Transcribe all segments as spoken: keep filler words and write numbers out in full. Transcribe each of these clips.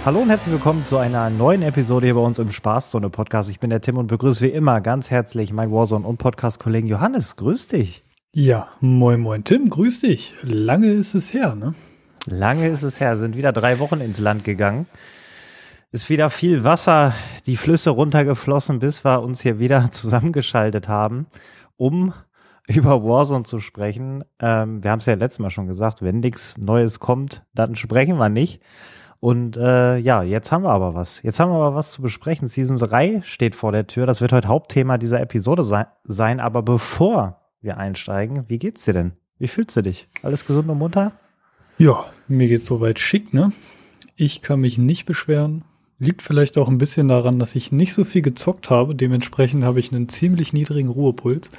Hallo und herzlich willkommen zu einer neuen Episode hier bei uns im Spaßzone-Podcast. Ich bin der Tim und begrüße wie immer ganz herzlich meinen Warzone- und Podcast-Kollegen Johannes. Grüß dich. Ja, moin moin Tim, grüß dich. Lange ist es her, ne? Lange ist es her, sind wieder drei Wochen ins Land gegangen. Ist wieder viel Wasser, die Flüsse runtergeflossen, bis wir uns hier wieder zusammengeschaltet haben, um über Warzone zu sprechen. Ähm, wir haben es ja letztes Mal schon gesagt, wenn nichts Neues kommt, dann sprechen wir nicht. Und äh, ja, jetzt haben wir aber was. Jetzt haben wir aber was zu besprechen. Season drei steht vor der Tür. Das wird heute Hauptthema dieser Episode sei- sein. Aber bevor wir einsteigen, wie geht's dir denn? Wie fühlst du dich? Alles gesund und munter? Ja, mir geht's soweit schick, ne? Ich kann mich nicht beschweren. Liegt vielleicht auch ein bisschen daran, dass ich nicht so viel gezockt habe. Dementsprechend habe ich einen ziemlich niedrigen Ruhepuls.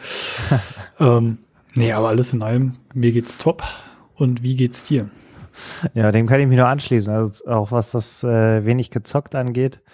ähm, nee, aber alles in allem, mir geht's top. Und wie geht's dir? Ja, dem kann ich mich nur anschließen, also auch was das äh, wenig gezockt angeht.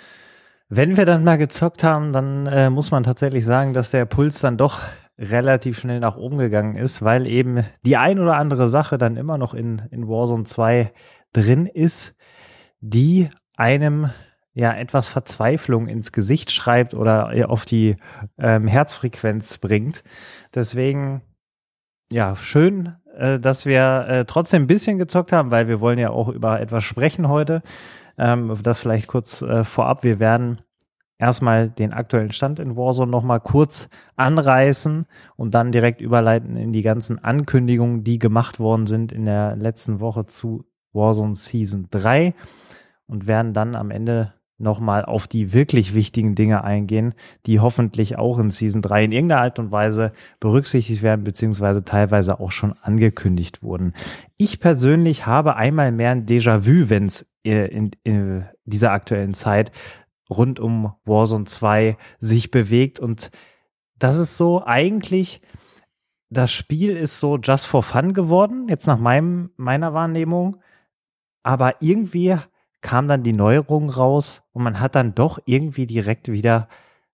Wenn wir dann mal gezockt haben, dann äh, muss man tatsächlich sagen, dass der Puls dann doch relativ schnell nach oben gegangen ist, weil eben die ein oder andere Sache dann immer noch in, in Warzone zwei drin ist, die einem ja etwas Verzweiflung ins Gesicht schreibt oder auf die ähm, Herzfrequenz bringt. Deswegen, ja, schön, dass wir äh, trotzdem ein bisschen gezockt haben, weil wir wollen ja auch über etwas sprechen heute. Ähm, das vielleicht kurz äh, vorab. Wir werden erstmal den aktuellen Stand in Warzone nochmal kurz anreißen und dann direkt überleiten in die ganzen Ankündigungen, die gemacht worden sind in der letzten Woche zu Warzone Season drei und werden dann am Ende nochmal auf die wirklich wichtigen Dinge eingehen, die hoffentlich auch in Season drei in irgendeiner Art und Weise berücksichtigt werden, beziehungsweise teilweise auch schon angekündigt wurden. Ich persönlich habe einmal mehr ein Déjà-vu, wenn es in, in dieser aktuellen Zeit rund um Warzone zwei sich bewegt. Und das ist so eigentlich, das Spiel ist so just for fun geworden, jetzt nach meinem, meiner Wahrnehmung. Aber irgendwie kam dann die Neuerung raus und man hat dann doch irgendwie direkt wieder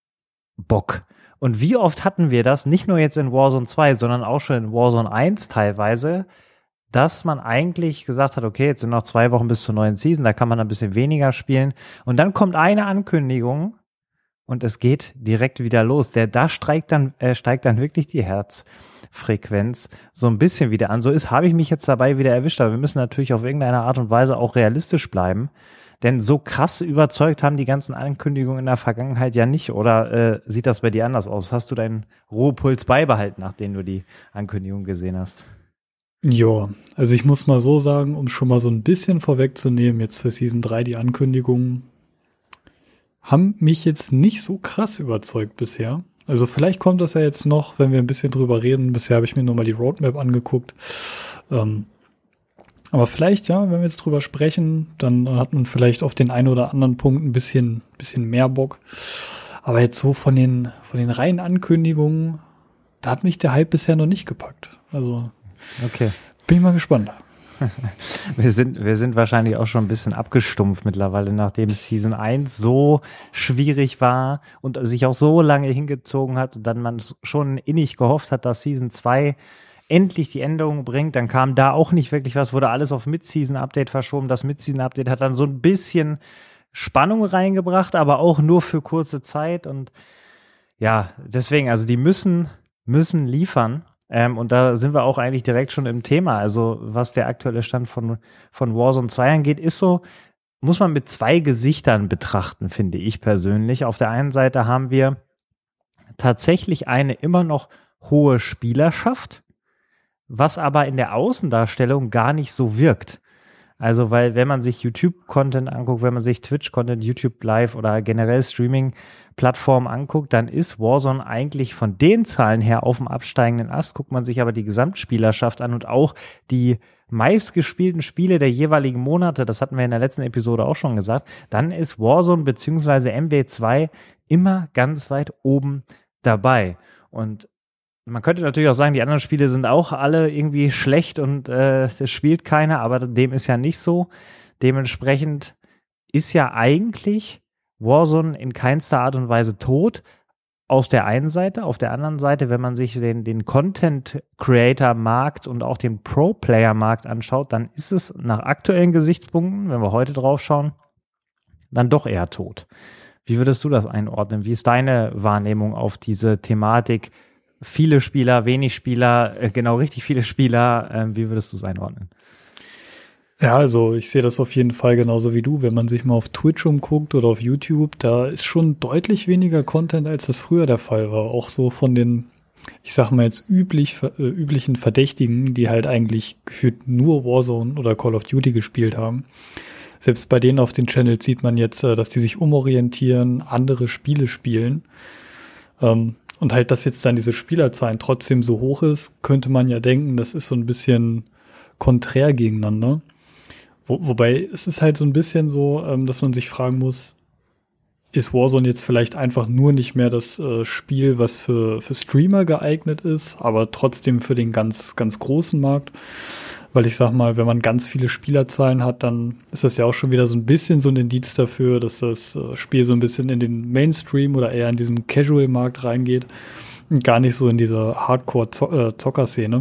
Bock. Und wie oft hatten wir das, nicht nur jetzt in Warzone zwei, sondern auch schon in Warzone eins teilweise, dass man eigentlich gesagt hat, okay, jetzt sind noch zwei Wochen bis zur neuen Season, da kann man ein bisschen weniger spielen. Und dann kommt eine Ankündigung und es geht direkt wieder los. Der, da steigt dann, äh, steigt dann wirklich die Herzfrequenz so ein bisschen wieder an. So ist, habe ich mich jetzt dabei wieder erwischt. Aber wir müssen natürlich auf irgendeine Art und Weise auch realistisch bleiben. Denn so krass überzeugt haben die ganzen Ankündigungen in der Vergangenheit ja nicht. Oder äh, sieht das bei dir anders aus? Hast du deinen Ruhepuls beibehalten, nachdem du die Ankündigung gesehen hast? Ja, also ich muss mal so sagen, um schon mal so ein bisschen vorwegzunehmen, jetzt für Season drei die Ankündigungen haben mich jetzt nicht so krass überzeugt bisher. Also vielleicht kommt das ja jetzt noch, wenn wir ein bisschen drüber reden. Bisher habe ich mir nur mal die Roadmap angeguckt. Ähm, aber vielleicht, ja, wenn wir jetzt drüber sprechen, dann hat man vielleicht auf den einen oder anderen Punkt ein bisschen, bisschen mehr Bock. Aber jetzt so von den, von den reinen Ankündigungen, da hat mich der Hype bisher noch nicht gepackt. Also okay. Bin ich mal gespannt. Wir sind, wir sind wahrscheinlich auch schon ein bisschen abgestumpft mittlerweile, nachdem Season eins so schwierig war und sich auch so lange hingezogen hat, dann man schon innig gehofft hat, dass Season zwei endlich die Änderungen bringt. Dann kam da auch nicht wirklich was, wurde alles auf Mid-Season-Update verschoben. Das Mid-Season-Update hat dann so ein bisschen Spannung reingebracht, aber auch nur für kurze Zeit. Und ja, deswegen, also die müssen, müssen liefern. Ähm, und da sind wir auch eigentlich direkt schon im Thema. Also was der aktuelle Stand von, von Warzone zwei angeht, ist so, muss man mit zwei Gesichtern betrachten, finde ich persönlich. Auf der einen Seite haben wir tatsächlich eine immer noch hohe Spielerschaft, was aber in der Außendarstellung gar nicht so wirkt. Also, weil wenn man sich YouTube-Content anguckt, wenn man sich Twitch-Content, YouTube Live oder generell Streaming-Plattformen anguckt, dann ist Warzone eigentlich von den Zahlen her auf dem absteigenden Ast. Guckt man sich aber die Gesamtspielerschaft an und auch die meistgespielten Spiele der jeweiligen Monate, das hatten wir in der letzten Episode auch schon gesagt, dann ist Warzone bzw. M W zwei immer ganz weit oben dabei. Und man könnte natürlich auch sagen, die anderen Spiele sind auch alle irgendwie schlecht und äh, es spielt keiner, aber dem ist ja nicht so. Dementsprechend ist ja eigentlich Warzone in keinster Art und Weise tot. Auf der einen Seite, auf der anderen Seite, wenn man sich den, den Content-Creator-Markt und auch den Pro-Player-Markt anschaut, dann ist es nach aktuellen Gesichtspunkten, wenn wir heute drauf schauen, dann doch eher tot. Wie würdest du das einordnen? Wie ist deine Wahrnehmung auf diese Thematik? Viele Spieler, wenig Spieler, äh, genau richtig viele Spieler. Äh, wie würdest du es einordnen? Ja, also ich sehe das auf jeden Fall genauso wie du. Wenn man sich mal auf Twitch umguckt oder auf YouTube, da ist schon deutlich weniger Content, als das früher der Fall war. Auch so von den, ich sag mal jetzt üblich, äh, üblichen Verdächtigen, die halt eigentlich gefühlt nur Warzone oder Call of Duty gespielt haben. Selbst bei denen auf den Channels sieht man jetzt, äh, dass die sich umorientieren, andere Spiele spielen. Ähm, und halt, dass jetzt dann diese Spielerzahlen trotzdem so hoch ist, könnte man ja denken, das ist so ein bisschen konträr gegeneinander. Wo, wobei es ist halt so ein bisschen so, ähm, dass man sich fragen muss, ist Warzone jetzt vielleicht einfach nur nicht mehr das äh, Spiel, was für, für Streamer geeignet ist, aber trotzdem für den ganz, ganz großen Markt? Weil ich sag mal, wenn man ganz viele Spielerzahlen hat, dann ist das ja auch schon wieder so ein bisschen so ein Indiz dafür, dass das äh, Spiel so ein bisschen in den Mainstream oder eher in diesen Casual-Markt reingeht und gar nicht so in diese Hardcore-Zocker-Szene.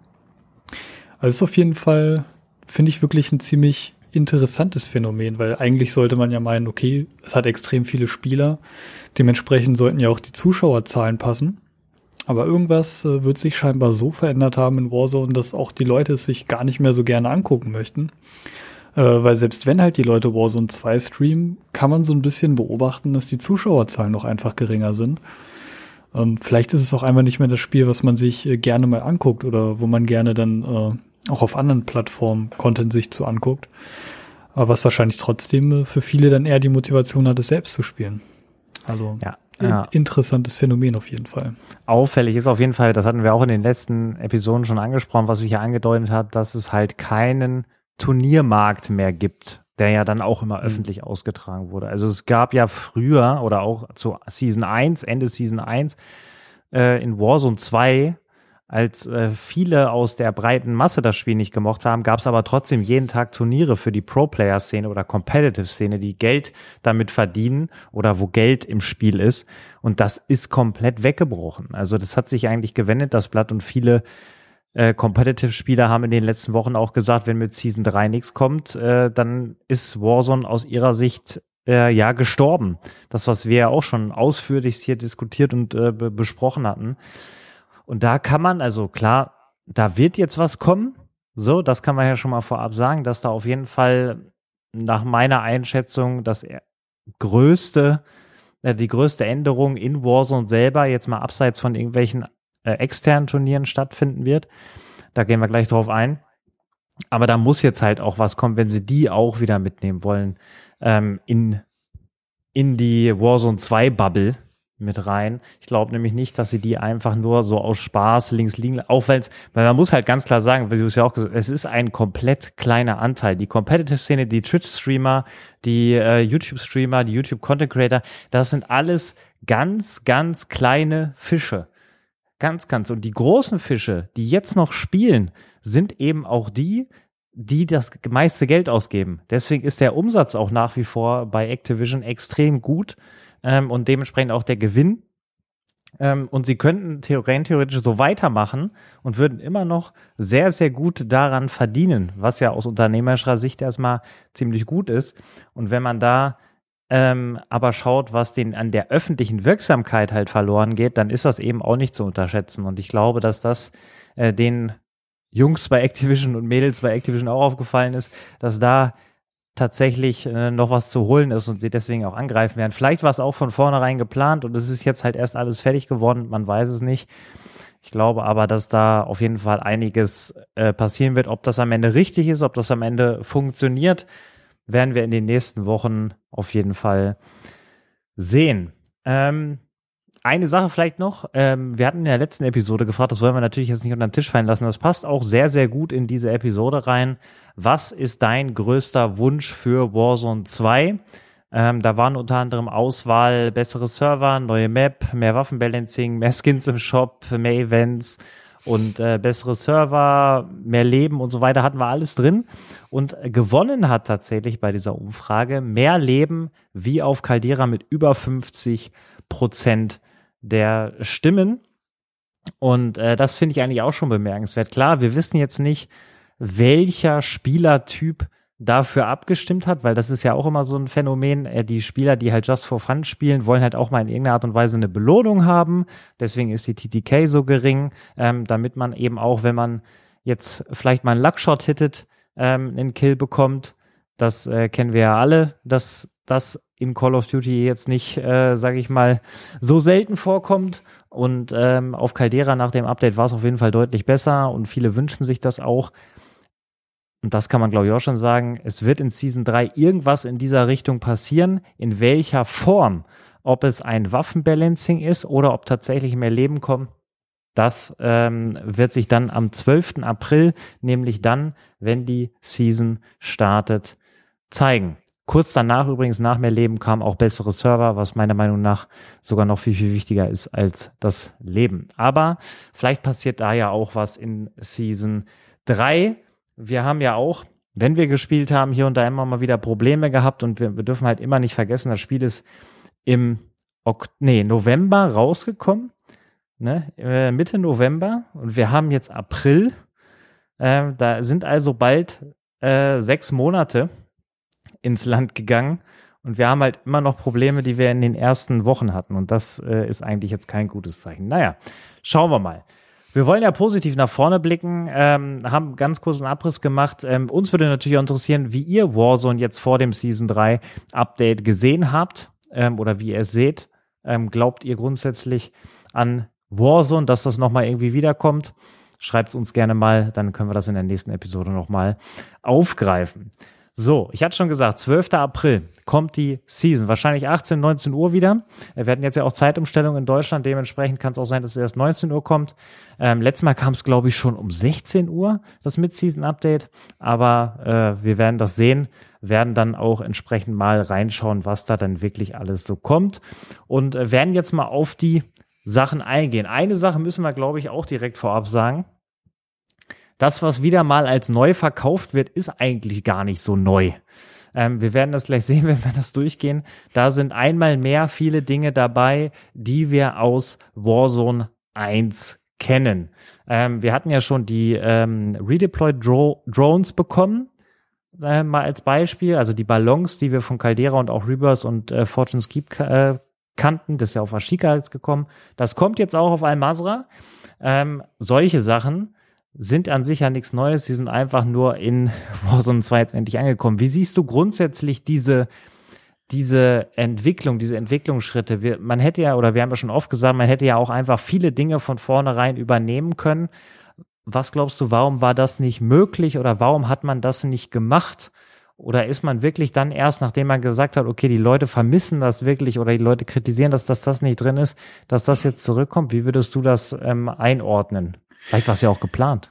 Also es ist auf jeden Fall, finde ich, wirklich ein ziemlich interessantes Phänomen, weil eigentlich sollte man ja meinen, okay, es hat extrem viele Spieler, dementsprechend sollten ja auch die Zuschauerzahlen passen. Aber irgendwas äh, wird sich scheinbar so verändert haben in Warzone, dass auch die Leute es sich gar nicht mehr so gerne angucken möchten. Äh, weil selbst wenn halt die Leute Warzone zwei streamen, kann man so ein bisschen beobachten, dass die Zuschauerzahlen noch einfach geringer sind. Ähm, vielleicht ist es auch einfach nicht mehr das Spiel, was man sich äh, gerne mal anguckt oder wo man gerne dann äh, auch auf anderen Plattformen Content sich zu anguckt. Aber was wahrscheinlich trotzdem äh, für viele dann eher die Motivation hat, es selbst zu spielen. Also ja. Ja. Interessantes Phänomen auf jeden Fall. Auffällig ist auf jeden Fall, das hatten wir auch in den letzten Episoden schon angesprochen, was sich ja angedeutet hat, dass es halt keinen Turniermarkt mehr gibt, der ja dann auch immer mhm. öffentlich ausgetragen wurde. Also es gab ja früher oder auch zu Season eins, Ende Season eins, äh, in Warzone zwei, als äh, viele aus der breiten Masse das Spiel nicht gemocht haben, gab es aber trotzdem jeden Tag Turniere für die Pro-Player-Szene oder Competitive-Szene, die Geld damit verdienen oder wo Geld im Spiel ist. Und das ist komplett weggebrochen. Also das hat sich eigentlich gewendet, das Blatt, und viele äh, Competitive-Spieler haben in den letzten Wochen auch gesagt, wenn mit Season drei nichts kommt, äh, dann ist Warzone aus ihrer Sicht äh, ja gestorben. Das, was wir ja auch schon ausführlich hier diskutiert und äh, be- besprochen hatten. Und da kann man, also klar, da wird jetzt was kommen. So, das kann man ja schon mal vorab sagen, dass da auf jeden Fall nach meiner Einschätzung das größte, äh, die größte Änderung in Warzone selber jetzt mal abseits von irgendwelchen äh, externen Turnieren stattfinden wird. Da gehen wir gleich drauf ein. Aber da muss jetzt halt auch was kommen, wenn sie die auch wieder mitnehmen wollen, ähm, in, in die Warzone zwei Bubble mit rein. Ich glaube nämlich nicht, dass sie die einfach nur so aus Spaß links liegen, auch wenn es, weil man muss halt ganz klar sagen, wie du es ja auch gesagt hast, es ist ein komplett kleiner Anteil. Die Competitive-Szene, die Twitch-Streamer, die äh, YouTube-Streamer, die YouTube-Content-Creator, das sind alles ganz, ganz kleine Fische. Ganz, ganz. Und die großen Fische, die jetzt noch spielen, sind eben auch die, die das meiste Geld ausgeben. Deswegen ist der Umsatz auch nach wie vor bei Activision extrem gut. Ähm, und dementsprechend auch der Gewinn. Ähm, und sie könnten rein theoretisch so weitermachen und würden immer noch sehr, sehr gut daran verdienen, was ja aus unternehmerischer Sicht erstmal ziemlich gut ist. Und wenn man da ähm, aber schaut, was denen an der öffentlichen Wirksamkeit halt verloren geht, dann ist das eben auch nicht zu unterschätzen. Und ich glaube, dass das äh, den Jungs bei Activision und Mädels bei Activision auch aufgefallen ist, dass da tatsächlich äh, noch was zu holen ist und sie deswegen auch angreifen werden. Vielleicht war es auch von vornherein geplant und es ist jetzt halt erst alles fertig geworden, man weiß es nicht. Ich glaube aber, dass da auf jeden Fall einiges äh, passieren wird. Ob das am Ende richtig ist, ob das am Ende funktioniert, werden wir in den nächsten Wochen auf jeden Fall sehen. Ähm, Eine Sache vielleicht noch, ähm, wir hatten in der letzten Episode gefragt, das wollen wir natürlich jetzt nicht unter den Tisch fallen lassen, das passt auch sehr, sehr gut in diese Episode rein. Was ist dein größter Wunsch für Warzone zwei? Ähm, da waren unter anderem Auswahl, bessere Server, neue Map, mehr Waffenbalancing, mehr Skins im Shop, mehr Events und äh, bessere Server, mehr Leben und so weiter, hatten wir alles drin. Und gewonnen hat tatsächlich bei dieser Umfrage mehr Leben wie auf Caldera mit über fünfzig Prozent der Stimmen. Und äh, das finde ich eigentlich auch schon bemerkenswert. Klar, wir wissen jetzt nicht, welcher Spielertyp dafür abgestimmt hat, weil das ist ja auch immer so ein Phänomen, äh, die Spieler, die halt Just for Fun spielen, wollen halt auch mal in irgendeiner Art und Weise eine Belohnung haben, deswegen ist die T T K so gering, ähm, damit man eben auch, wenn man jetzt vielleicht mal einen Luckshot hittet, ähm, einen Kill bekommt, das äh, kennen wir ja alle, dass das in Call of Duty jetzt nicht, äh, sage ich mal, so selten vorkommt und ähm, auf Caldera nach dem Update war es auf jeden Fall deutlich besser und viele wünschen sich das auch. Und das kann man, glaube ich, auch schon sagen. Es wird in Season drei irgendwas in dieser Richtung passieren. In welcher Form? Ob es ein Waffenbalancing ist oder ob tatsächlich mehr Leben kommt, das ähm, wird sich dann am zwölften April, nämlich dann, wenn die Season startet, zeigen. Kurz danach übrigens, nach mehr Leben, kamen auch bessere Server, was meiner Meinung nach sogar noch viel, viel wichtiger ist als das Leben. Aber vielleicht passiert da ja auch was in Season drei. Wir haben ja auch, wenn wir gespielt haben, hier und da immer mal wieder Probleme gehabt und wir, wir dürfen halt immer nicht vergessen, das Spiel ist im Ok- nee, November rausgekommen, ne? äh, Mitte November und wir haben jetzt April, äh, da sind also bald äh, sechs Monate ins Land gegangen und wir haben halt immer noch Probleme, die wir in den ersten Wochen hatten und das äh, ist eigentlich jetzt kein gutes Zeichen. Naja, schauen wir mal. Wir wollen ja positiv nach vorne blicken, ähm, haben ganz kurz einen Abriss gemacht. Ähm, uns würde natürlich auch interessieren, wie ihr Warzone jetzt vor dem Season drei Update gesehen habt ähm, oder wie ihr es seht. Ähm, glaubt ihr grundsätzlich an Warzone, dass das nochmal irgendwie wiederkommt? Schreibt es uns gerne mal, dann können wir das in der nächsten Episode nochmal aufgreifen. So, ich hatte schon gesagt, zwölften April kommt die Season, wahrscheinlich achtzehn, neunzehn Uhr wieder. Wir hatten jetzt ja auch Zeitumstellung in Deutschland, dementsprechend kann es auch sein, dass es erst neunzehn Uhr kommt. Ähm, letztes Mal kam es, glaube ich, schon um sechzehn Uhr, das Mid-Season-Update, aber äh, wir werden das sehen, werden dann auch entsprechend mal reinschauen, was da dann wirklich alles so kommt und äh, werden jetzt mal auf die Sachen eingehen. Eine Sache müssen wir, glaube ich, auch direkt vorab sagen. Das, was wieder mal als neu verkauft wird, ist eigentlich gar nicht so neu. Ähm, wir werden das gleich sehen, wenn wir das durchgehen. Da sind einmal mehr viele Dinge dabei, die wir aus Warzone eins kennen. Ähm, wir hatten ja schon die ähm, Redeployed Dro- Drones bekommen, äh, mal als Beispiel. Also die Ballons, die wir von Caldera und auch Rebirth und äh, Fortune's Keep äh, kannten. Das ist ja auf Ashika jetzt gekommen. Das kommt jetzt auch auf Al-Mazrah. Ähm, solche Sachen sind an sich ja nichts Neues, sie sind einfach nur in Warzone zwei jetzt endlich angekommen. Wie siehst du grundsätzlich diese, diese Entwicklung, diese Entwicklungsschritte? Wir, man hätte ja, oder wir haben ja schon oft gesagt, man hätte ja auch einfach viele Dinge von vornherein übernehmen können. Was glaubst du, warum war das nicht möglich oder warum hat man das nicht gemacht? Oder ist man wirklich dann erst, nachdem man gesagt hat, okay, die Leute vermissen das wirklich oder die Leute kritisieren, dass, dass das nicht drin ist, dass das jetzt zurückkommt? Wie würdest du das ähm, einordnen? Vielleicht war es ja auch geplant.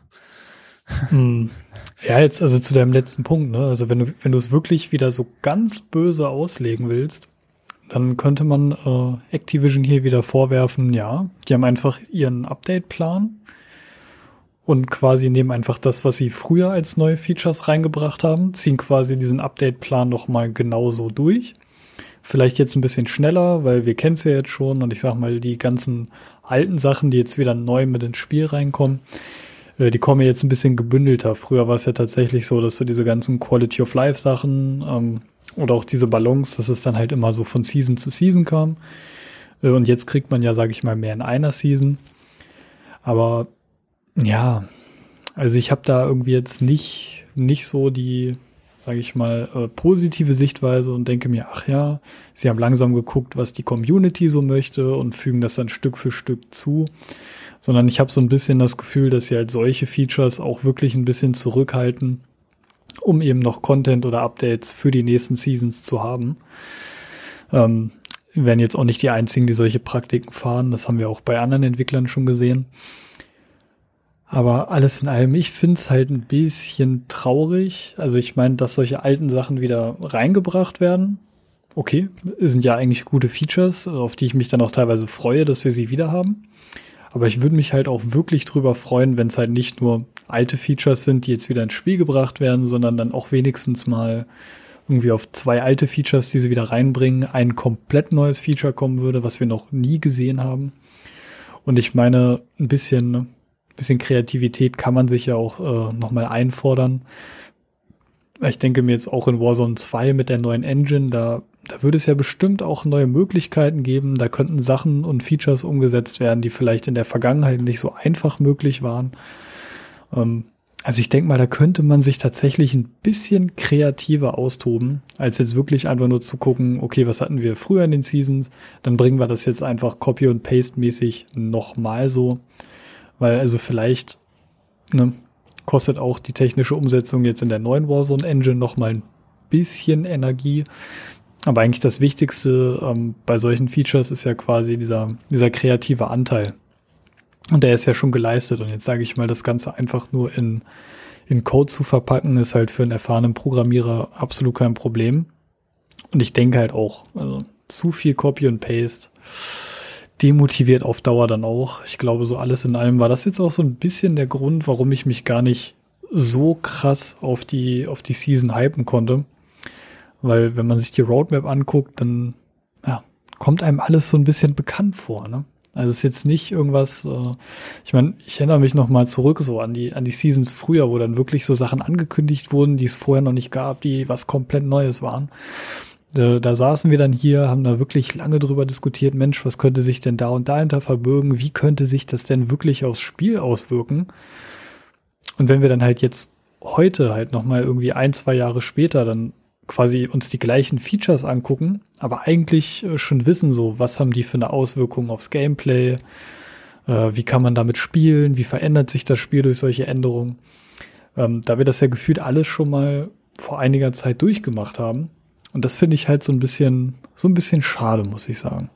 Ja, jetzt also zu deinem letzten Punkt, ne? Also wenn du wenn du es wirklich wieder so ganz böse auslegen willst, dann könnte man äh, Activision hier wieder vorwerfen, ja, die haben einfach ihren Update-Plan und quasi nehmen einfach das, was sie früher als neue Features reingebracht haben, ziehen quasi diesen Update-Plan nochmal genauso durch. Vielleicht jetzt ein bisschen schneller, weil wir kennen es ja jetzt schon und ich sag mal, die ganzen alten Sachen, die jetzt wieder neu mit ins Spiel reinkommen, äh, die kommen jetzt ein bisschen gebündelter. Früher war es ja tatsächlich so, dass so diese ganzen Quality of Life Sachen ähm, oder auch diese Ballons, dass es dann halt immer so von Season zu Season kam. Äh, und jetzt kriegt man ja, sage ich mal, mehr in einer Season. Aber ja, also ich habe da irgendwie jetzt nicht nicht so die, sage ich mal, äh, positive Sichtweise und denke mir, ach ja, sie haben langsam geguckt, was die Community so möchte und fügen das dann Stück für Stück zu, sondern ich habe so ein bisschen das Gefühl, dass sie halt solche Features auch wirklich ein bisschen zurückhalten, um eben noch Content oder Updates für die nächsten Seasons zu haben. Ähm, werden jetzt auch nicht die einzigen, die solche Praktiken fahren, das haben wir auch bei anderen Entwicklern schon gesehen. Aber alles in allem, ich finde es halt ein bisschen traurig. Also ich meine, dass solche alten Sachen wieder reingebracht werden. Okay, sind ja eigentlich gute Features, auf die ich mich dann auch teilweise freue, dass wir sie wieder haben. Aber ich würde mich halt auch wirklich drüber freuen, wenn es halt nicht nur alte Features sind, die jetzt wieder ins Spiel gebracht werden, sondern dann auch wenigstens mal irgendwie auf zwei alte Features, die sie wieder reinbringen, ein komplett neues Feature kommen würde, was wir noch nie gesehen haben. Und ich meine, ein bisschen... bisschen Kreativität kann man sich ja auch äh, nochmal einfordern. ich denke mir jetzt auch in Warzone zwei mit der neuen Engine, da, da würde es ja bestimmt auch neue Möglichkeiten geben. Da könnten Sachen und Features umgesetzt werden, die vielleicht in der Vergangenheit nicht so einfach möglich waren. Ähm, also ich denke mal, da könnte man sich tatsächlich ein bisschen kreativer austoben, als jetzt wirklich einfach nur zu gucken, okay, was hatten wir früher in den Seasons, dann bringen wir das jetzt einfach Copy- und Paste-mäßig nochmal so. Weil also vielleicht, ne, kostet auch die technische Umsetzung jetzt in der neuen Warzone-Engine nochmal ein bisschen Energie. Aber eigentlich das Wichtigste ähm, bei solchen Features ist ja quasi dieser, dieser kreative Anteil. Und der ist ja schon geleistet. Und jetzt sage ich mal, das Ganze einfach nur in, in Code zu verpacken, ist halt für einen erfahrenen Programmierer absolut kein Problem. Und ich denke halt auch, also zu viel Copy und Paste demotiviert auf Dauer dann auch. Ich glaube, so alles in allem war das jetzt auch so ein bisschen der Grund, warum ich mich gar nicht so krass auf die, auf die Season hypen konnte. Weil wenn man sich die Roadmap anguckt, dann ja, kommt einem alles so ein bisschen bekannt vor, ne? Also es ist jetzt nicht irgendwas, äh, ich meine, ich erinnere mich noch mal zurück so an die, an die Seasons früher, wo dann wirklich so Sachen angekündigt wurden, die es vorher noch nicht gab, die was komplett Neues waren. Da, da saßen wir dann hier, haben da wirklich lange drüber diskutiert, Mensch, was könnte sich denn da und dahinter verbirgen? Wie könnte sich das denn wirklich aufs Spiel auswirken? Und wenn wir dann halt jetzt heute halt nochmal irgendwie ein, zwei Jahre später dann quasi uns die gleichen Features angucken, aber eigentlich schon wissen so, was haben die für eine Auswirkung aufs Gameplay, äh, wie kann man damit spielen, wie verändert sich das Spiel durch solche Änderungen. Ähm, da wir das ja gefühlt alles schon mal vor einiger Zeit durchgemacht haben. Und das finde ich halt so ein bisschen, so ein bisschen schade, muss ich sagen.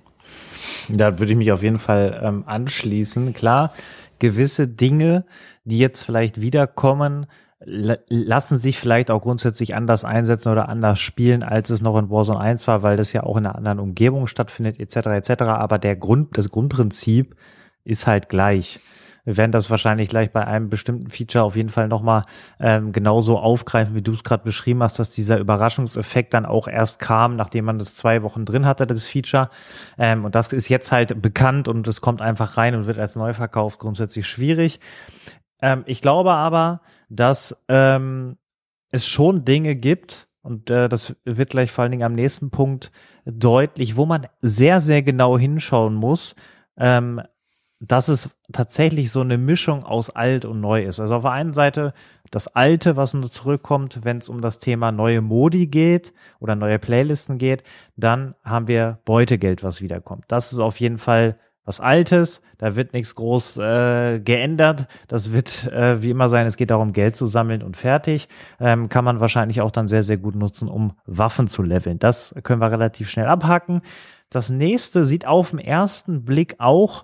Da würde ich mich auf jeden Fall ähm, anschließen. Klar, gewisse Dinge, die jetzt vielleicht wiederkommen, l- lassen sich vielleicht auch grundsätzlich anders einsetzen oder anders spielen, als es noch in Warzone eins war, weil das ja auch in einer anderen Umgebung stattfindet, et cetera et cetera. Aber der Grund, das Grundprinzip ist halt gleich. Wir werden das wahrscheinlich gleich bei einem bestimmten Feature auf jeden Fall nochmal ähm, genauso aufgreifen, wie du es gerade beschrieben hast, dass dieser Überraschungseffekt dann auch erst kam, nachdem man das zwei Wochen drin hatte, das Feature. Ähm, und das ist jetzt halt bekannt und es kommt einfach rein und wird als neu verkauft. Grundsätzlich schwierig. Ähm, ich glaube aber, dass ähm, es schon Dinge gibt, und äh, das wird gleich vor allen Dingen am nächsten Punkt deutlich, wo man sehr, sehr genau hinschauen muss, ähm, dass es tatsächlich so eine Mischung aus alt und neu ist. Also auf der einen Seite das Alte, was nur zurückkommt, wenn es um das Thema neue Modi geht oder neue Playlisten geht, dann haben wir Beutegeld, was wiederkommt. Das ist auf jeden Fall was Altes, da wird nichts groß äh, geändert. Das wird äh, wie immer sein, es geht darum, Geld zu sammeln und fertig. Ähm, kann man wahrscheinlich auch dann sehr, sehr gut nutzen, um Waffen zu leveln. Das können wir relativ schnell abhaken. Das nächste sieht auf den ersten Blick auch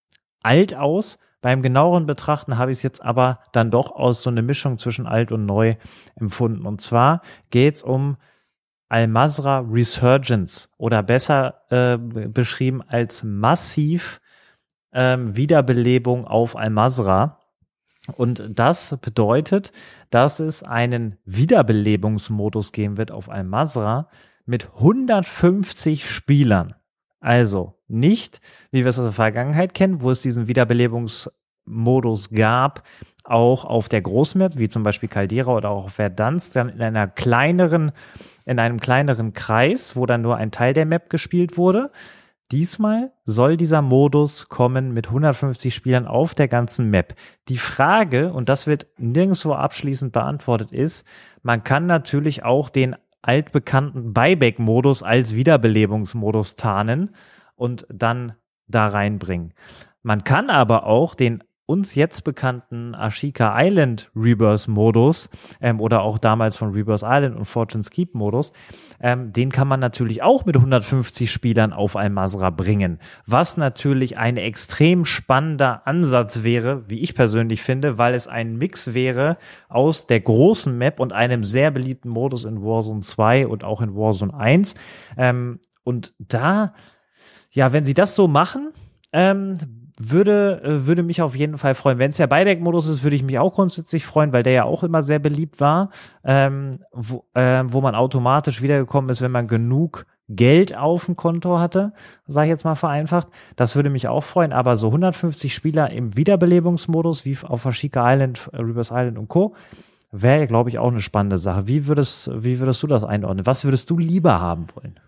alt aus. Beim genaueren Betrachten habe ich es jetzt aber dann doch aus so eine Mischung zwischen alt und neu empfunden. Und zwar geht es um Al-Mazrah Resurgence oder besser äh, beschrieben als massiv ähm, Wiederbelebung auf Al-Mazrah. Und das bedeutet, dass es einen Wiederbelebungsmodus geben wird auf Al-Mazrah mit hundertfünfzig Spielern. Also nicht, wie wir es aus der Vergangenheit kennen, wo es diesen Wiederbelebungsmodus gab, auch auf der Großmap, wie zum Beispiel Caldera oder auch auf Verdansk, dann in einer kleineren, in einem kleineren Kreis, wo dann nur ein Teil der Map gespielt wurde. Diesmal soll dieser Modus kommen mit hundertfünfzig Spielern auf der ganzen Map. Die Frage, und das wird nirgendwo abschließend beantwortet, ist, man kann natürlich auch den altbekannten Buyback-Modus als Wiederbelebungsmodus tarnen und dann da reinbringen. Man kann aber auch den uns jetzt bekannten Ashika Island Rebirth-Modus ähm, oder auch damals von Rebirth Island und Fortune's Keep-Modus, ähm, den kann man natürlich auch mit hundertfünfzig Spielern auf Al-Mazrah bringen, was natürlich ein extrem spannender Ansatz wäre, wie ich persönlich finde, weil es ein Mix wäre aus der großen Map und einem sehr beliebten Modus in Warzone zwei und auch in Warzone eins. Ähm, und da, ja, wenn sie das so machen, ähm, Würde, würde mich auf jeden Fall freuen. Wenn es der Buyback-Modus ist, würde ich mich auch grundsätzlich freuen, weil der ja auch immer sehr beliebt war, ähm, wo, äh, wo man automatisch wiedergekommen ist, wenn man genug Geld auf dem Konto hatte, sage ich jetzt mal vereinfacht. Das würde mich auch freuen, aber so hundertfünfzig Spieler im Wiederbelebungsmodus, wie auf Ashika Island, Rebirth Island und Co., wäre, glaube ich, auch eine spannende Sache. Wie würdest, wie würdest du das einordnen? Was würdest du lieber haben wollen?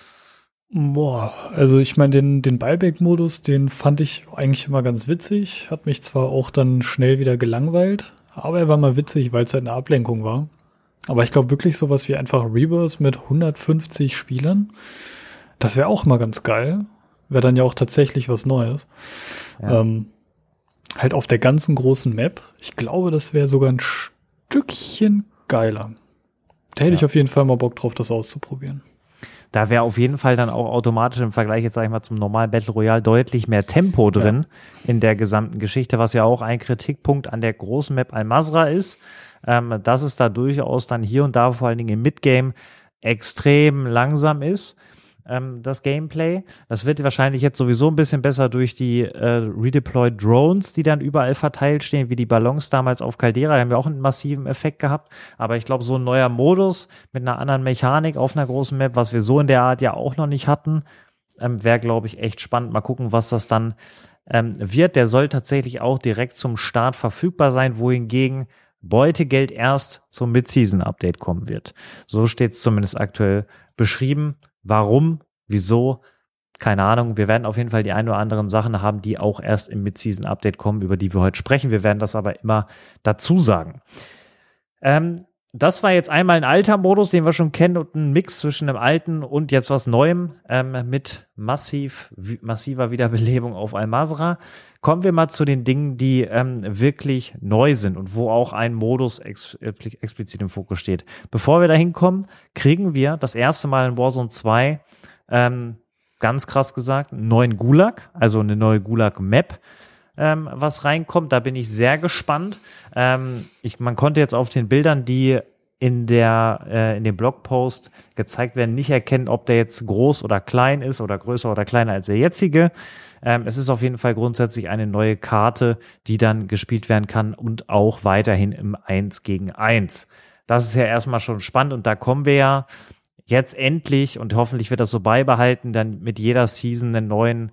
Boah, also ich meine, den, den Buyback-Modus, den fand ich eigentlich immer ganz witzig. Hat mich zwar auch dann schnell wieder gelangweilt, aber er war mal witzig, weil es halt eine Ablenkung war. Aber ich glaube wirklich sowas wie einfach Reverse mit hundertfünfzig Spielern, das wäre auch mal ganz geil. Wäre dann ja auch tatsächlich was Neues. Ja. Ähm, halt auf der ganzen großen Map. Ich glaube, das wäre sogar ein Stückchen geiler. Da hätte ja. ich auf jeden Fall mal Bock drauf, das auszuprobieren. Da wäre auf jeden Fall dann auch automatisch im Vergleich jetzt, sag ich mal, zum normalen Battle Royale deutlich mehr Tempo drin ja. in der gesamten Geschichte, was ja auch ein Kritikpunkt an der großen Map Al-Mazrah ist, ähm, dass es da durchaus dann hier und da vor allen Dingen im Midgame extrem langsam ist, ähm, das Gameplay. Das wird wahrscheinlich jetzt sowieso ein bisschen besser durch die äh, Redeployed Drones, die dann überall verteilt stehen, wie die Ballons damals auf Caldera. Da haben wir auch einen massiven Effekt gehabt. Aber ich glaube, so ein neuer Modus mit einer anderen Mechanik auf einer großen Map, was wir so in der Art ja auch noch nicht hatten, ähm, wäre, glaube ich, echt spannend. Mal gucken, was das dann ähm, wird. Der soll tatsächlich auch direkt zum Start verfügbar sein, wohingegen Beutegeld erst zum Mid-Season-Update kommen wird. So steht es zumindest aktuell beschrieben. Warum? Wieso? Keine Ahnung. Wir werden auf jeden Fall die ein oder anderen Sachen haben, die auch erst im Mid-Season-Update kommen, über die wir heute sprechen. Wir werden das aber immer dazu sagen. Ähm, das war jetzt einmal ein alter Modus, den wir schon kennen, und ein Mix zwischen dem alten und jetzt was Neuem ähm, mit massiv, massiver Wiederbelebung auf Al-Mazrah. Kommen wir mal zu den Dingen, die ähm, wirklich neu sind und wo auch ein Modus ex- explizit im Fokus steht. Bevor wir da hinkommen, kriegen wir das erste Mal in Warzone zwei, ähm, ganz krass gesagt, einen neuen Gulag, also eine neue Gulag-Map, ähm, was reinkommt. Da bin ich sehr gespannt. Ähm, ich, man konnte jetzt auf den Bildern, die in der äh, in dem Blogpost gezeigt werden, nicht erkennen, ob der jetzt groß oder klein ist oder größer oder kleiner als der jetzige. Ähm, es ist auf jeden Fall grundsätzlich eine neue Karte, die dann gespielt werden kann und auch weiterhin im eins gegen eins. Das ist ja erstmal schon spannend und da kommen wir ja jetzt endlich, und hoffentlich wird das so beibehalten, dann mit jeder Season einen neuen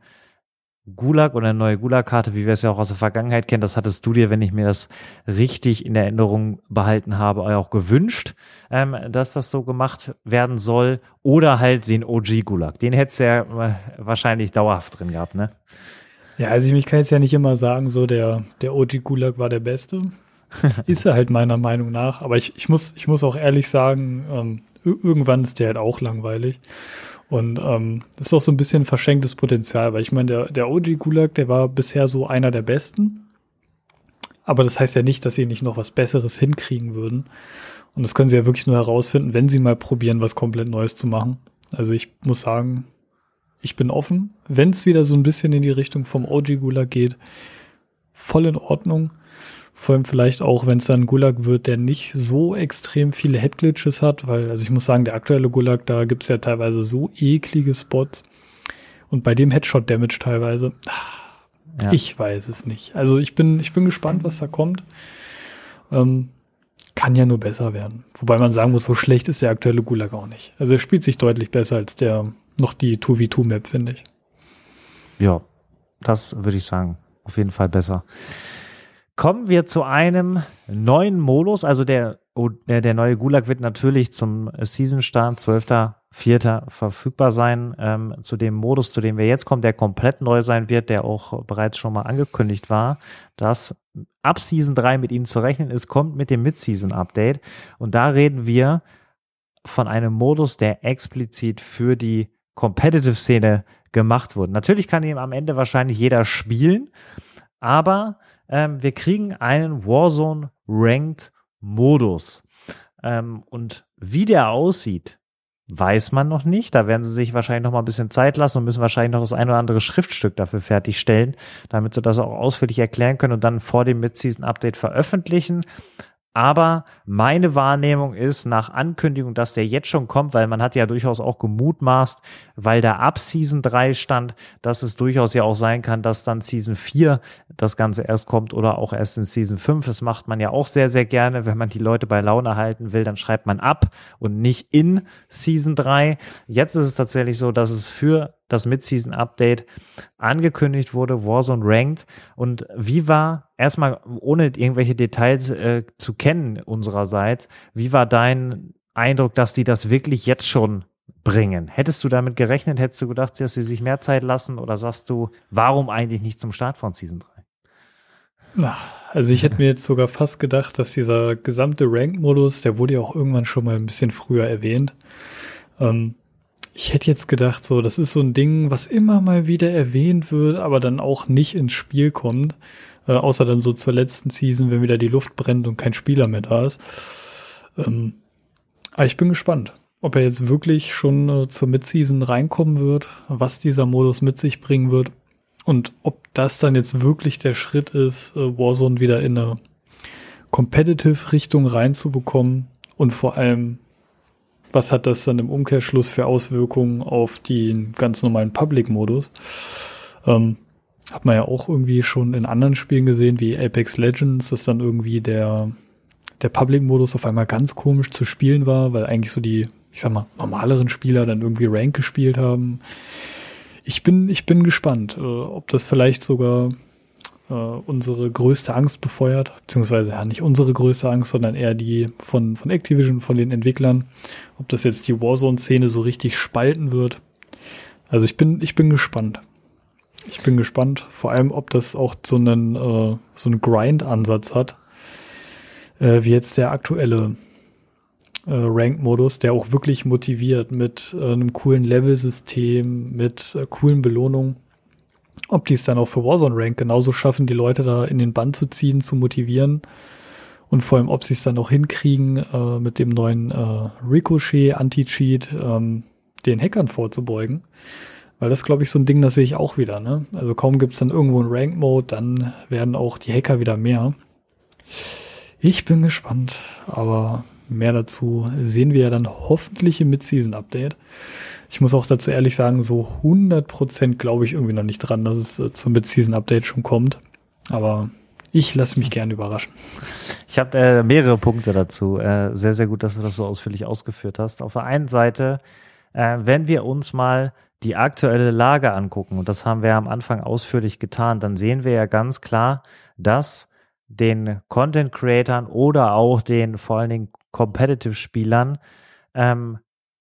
Gulag oder eine neue Gulag-Karte, wie wir es ja auch aus der Vergangenheit kennen. Das hattest du dir, wenn ich mir das richtig in Erinnerung behalten habe, auch gewünscht, ähm, dass das so gemacht werden soll. Oder halt den O G-Gulag. Den hättest du ja wahrscheinlich dauerhaft drin gehabt, ne? Ja, also ich kann jetzt ja nicht immer sagen, so der, der O G-Gulag war der Beste. Ist er halt meiner Meinung nach. Aber ich, ich, muss, ich muss auch ehrlich sagen, ähm, irgendwann ist der halt auch langweilig. Und ähm, das ist auch so ein bisschen verschenktes Potenzial, weil ich meine, der, der O G-Gulag, der war bisher so einer der besten. Aber das heißt ja nicht, dass sie nicht noch was Besseres hinkriegen würden. Und das können sie ja wirklich nur herausfinden, wenn sie mal probieren, was komplett Neues zu machen. Also ich muss sagen, ich bin offen. Wenn es wieder so ein bisschen in die Richtung vom O G-Gulag geht, voll in Ordnung. Vor allem vielleicht auch, wenn es dann ein Gulag wird, der nicht so extrem viele Headglitches hat, weil, also ich muss sagen, der aktuelle Gulag, da gibt's ja teilweise so eklige Spots und bei dem Headshot-Damage teilweise, ja. Ich weiß es nicht. Also ich bin, ich bin gespannt, was da kommt. Ähm, kann ja nur besser werden. Wobei man sagen muss, so schlecht ist der aktuelle Gulag auch nicht. Also er spielt sich deutlich besser als der, noch die zwei gegen zwei Map, finde ich. Ja, das würde ich sagen. Auf jeden Fall besser. Kommen wir zu einem neuen Modus, also der, der, der neue Gulag wird natürlich zum Season-Start zwölfter vierter verfügbar sein, ähm, zu dem Modus, zu dem wir jetzt kommen, der komplett neu sein wird, der auch bereits schon mal angekündigt war, dass ab Season drei mit ihnen zu rechnen ist, kommt mit dem Mid-Season-Update und da reden wir von einem Modus, der explizit für die Competitive-Szene gemacht wurde. Natürlich kann ihn am Ende wahrscheinlich jeder spielen, aber Ähm, wir kriegen einen Warzone-Ranked-Modus. Ähm, und wie der aussieht, weiß man noch nicht. Da werden sie sich wahrscheinlich noch mal ein bisschen Zeit lassen und müssen wahrscheinlich noch das ein oder andere Schriftstück dafür fertigstellen, damit sie das auch ausführlich erklären können und dann vor dem Mid-Season-Update veröffentlichen. Aber meine Wahrnehmung ist nach Ankündigung, dass der jetzt schon kommt, weil man hat ja durchaus auch gemutmaßt, weil da ab Season drei stand, dass es durchaus ja auch sein kann, dass dann Season vier das Ganze erst kommt oder auch erst in Season fünf. Das macht man ja auch sehr, sehr gerne. Wenn man die Leute bei Laune halten will, dann schreibt man ab und nicht in Season drei. Jetzt ist es tatsächlich so, dass es für das Mid-Season-Update angekündigt wurde, Warzone Ranked. Und wie war, erstmal ohne irgendwelche Details äh, zu kennen unsererseits, wie war dein Eindruck, dass die das wirklich jetzt schon bringen? Hättest du damit gerechnet? Hättest du gedacht, dass sie sich mehr Zeit lassen? Oder sagst du, warum eigentlich nicht zum Start von Season drei? Also ich hätte mir jetzt sogar fast gedacht, dass dieser gesamte Ranked-Modus, der wurde ja auch irgendwann schon mal ein bisschen früher erwähnt. Ähm, ich hätte jetzt gedacht, so, das ist so ein Ding, was immer mal wieder erwähnt wird, aber dann auch nicht ins Spiel kommt. Äh, außer dann so zur letzten Season, wenn wieder die Luft brennt und kein Spieler mehr da ist. Ähm, aber ich bin gespannt, ob er jetzt wirklich schon äh, zur Mid-Season reinkommen wird, was dieser Modus mit sich bringen wird. Und ob das dann jetzt wirklich der Schritt ist, äh, Warzone wieder in eine Competitive-Richtung reinzubekommen und vor allem, was hat das dann im Umkehrschluss für Auswirkungen auf den ganz normalen Public-Modus? Ähm, hat man ja auch irgendwie schon in anderen Spielen gesehen, wie Apex Legends, dass dann irgendwie der, der Public-Modus auf einmal ganz komisch zu spielen war, weil eigentlich so die, ich sag mal, normaleren Spieler dann irgendwie Rank gespielt haben. Ich bin, ich bin gespannt, äh, ob das vielleicht sogar äh, unsere größte Angst befeuert, beziehungsweise ja nicht unsere größte Angst, sondern eher die von, von Activision, von den Entwicklern, ob das jetzt die Warzone-Szene so richtig spalten wird. Also ich bin, ich bin gespannt. Ich bin gespannt, vor allem, ob das auch so einen, äh, so einen Grind-Ansatz hat, äh, wie jetzt der aktuelle Äh, Rank-Modus, der auch wirklich motiviert mit äh, einem coolen Level-System, mit äh, coolen Belohnungen. Ob die es dann auch für Warzone Rank genauso schaffen, die Leute da in den Bann zu ziehen, zu motivieren und vor allem, ob sie es dann auch hinkriegen, äh, mit dem neuen äh, Ricochet Anti-Cheat ähm, den Hackern vorzubeugen. Weil das, glaube ich, so ein Ding, das sehe ich auch wieder. Ne? Also kaum gibt es dann irgendwo einen Rank-Mode, dann werden auch die Hacker wieder mehr. Ich bin gespannt, aber mehr dazu sehen wir ja dann hoffentlich im Mid-Season-Update. Ich muss auch dazu ehrlich sagen, so hundert Prozent glaube ich irgendwie noch nicht dran, dass es äh, zum Mid-Season-Update schon kommt. Aber ich lasse mich gerne überraschen. Ich habe äh, mehrere Punkte dazu. Äh, sehr, sehr gut, dass du das so ausführlich ausgeführt hast. Auf der einen Seite, äh, wenn wir uns mal die aktuelle Lage angucken, und das haben wir am Anfang ausführlich getan, dann sehen wir ja ganz klar, dass den Content-Creatern oder auch den vor allen Dingen Competitive-Spielern ähm,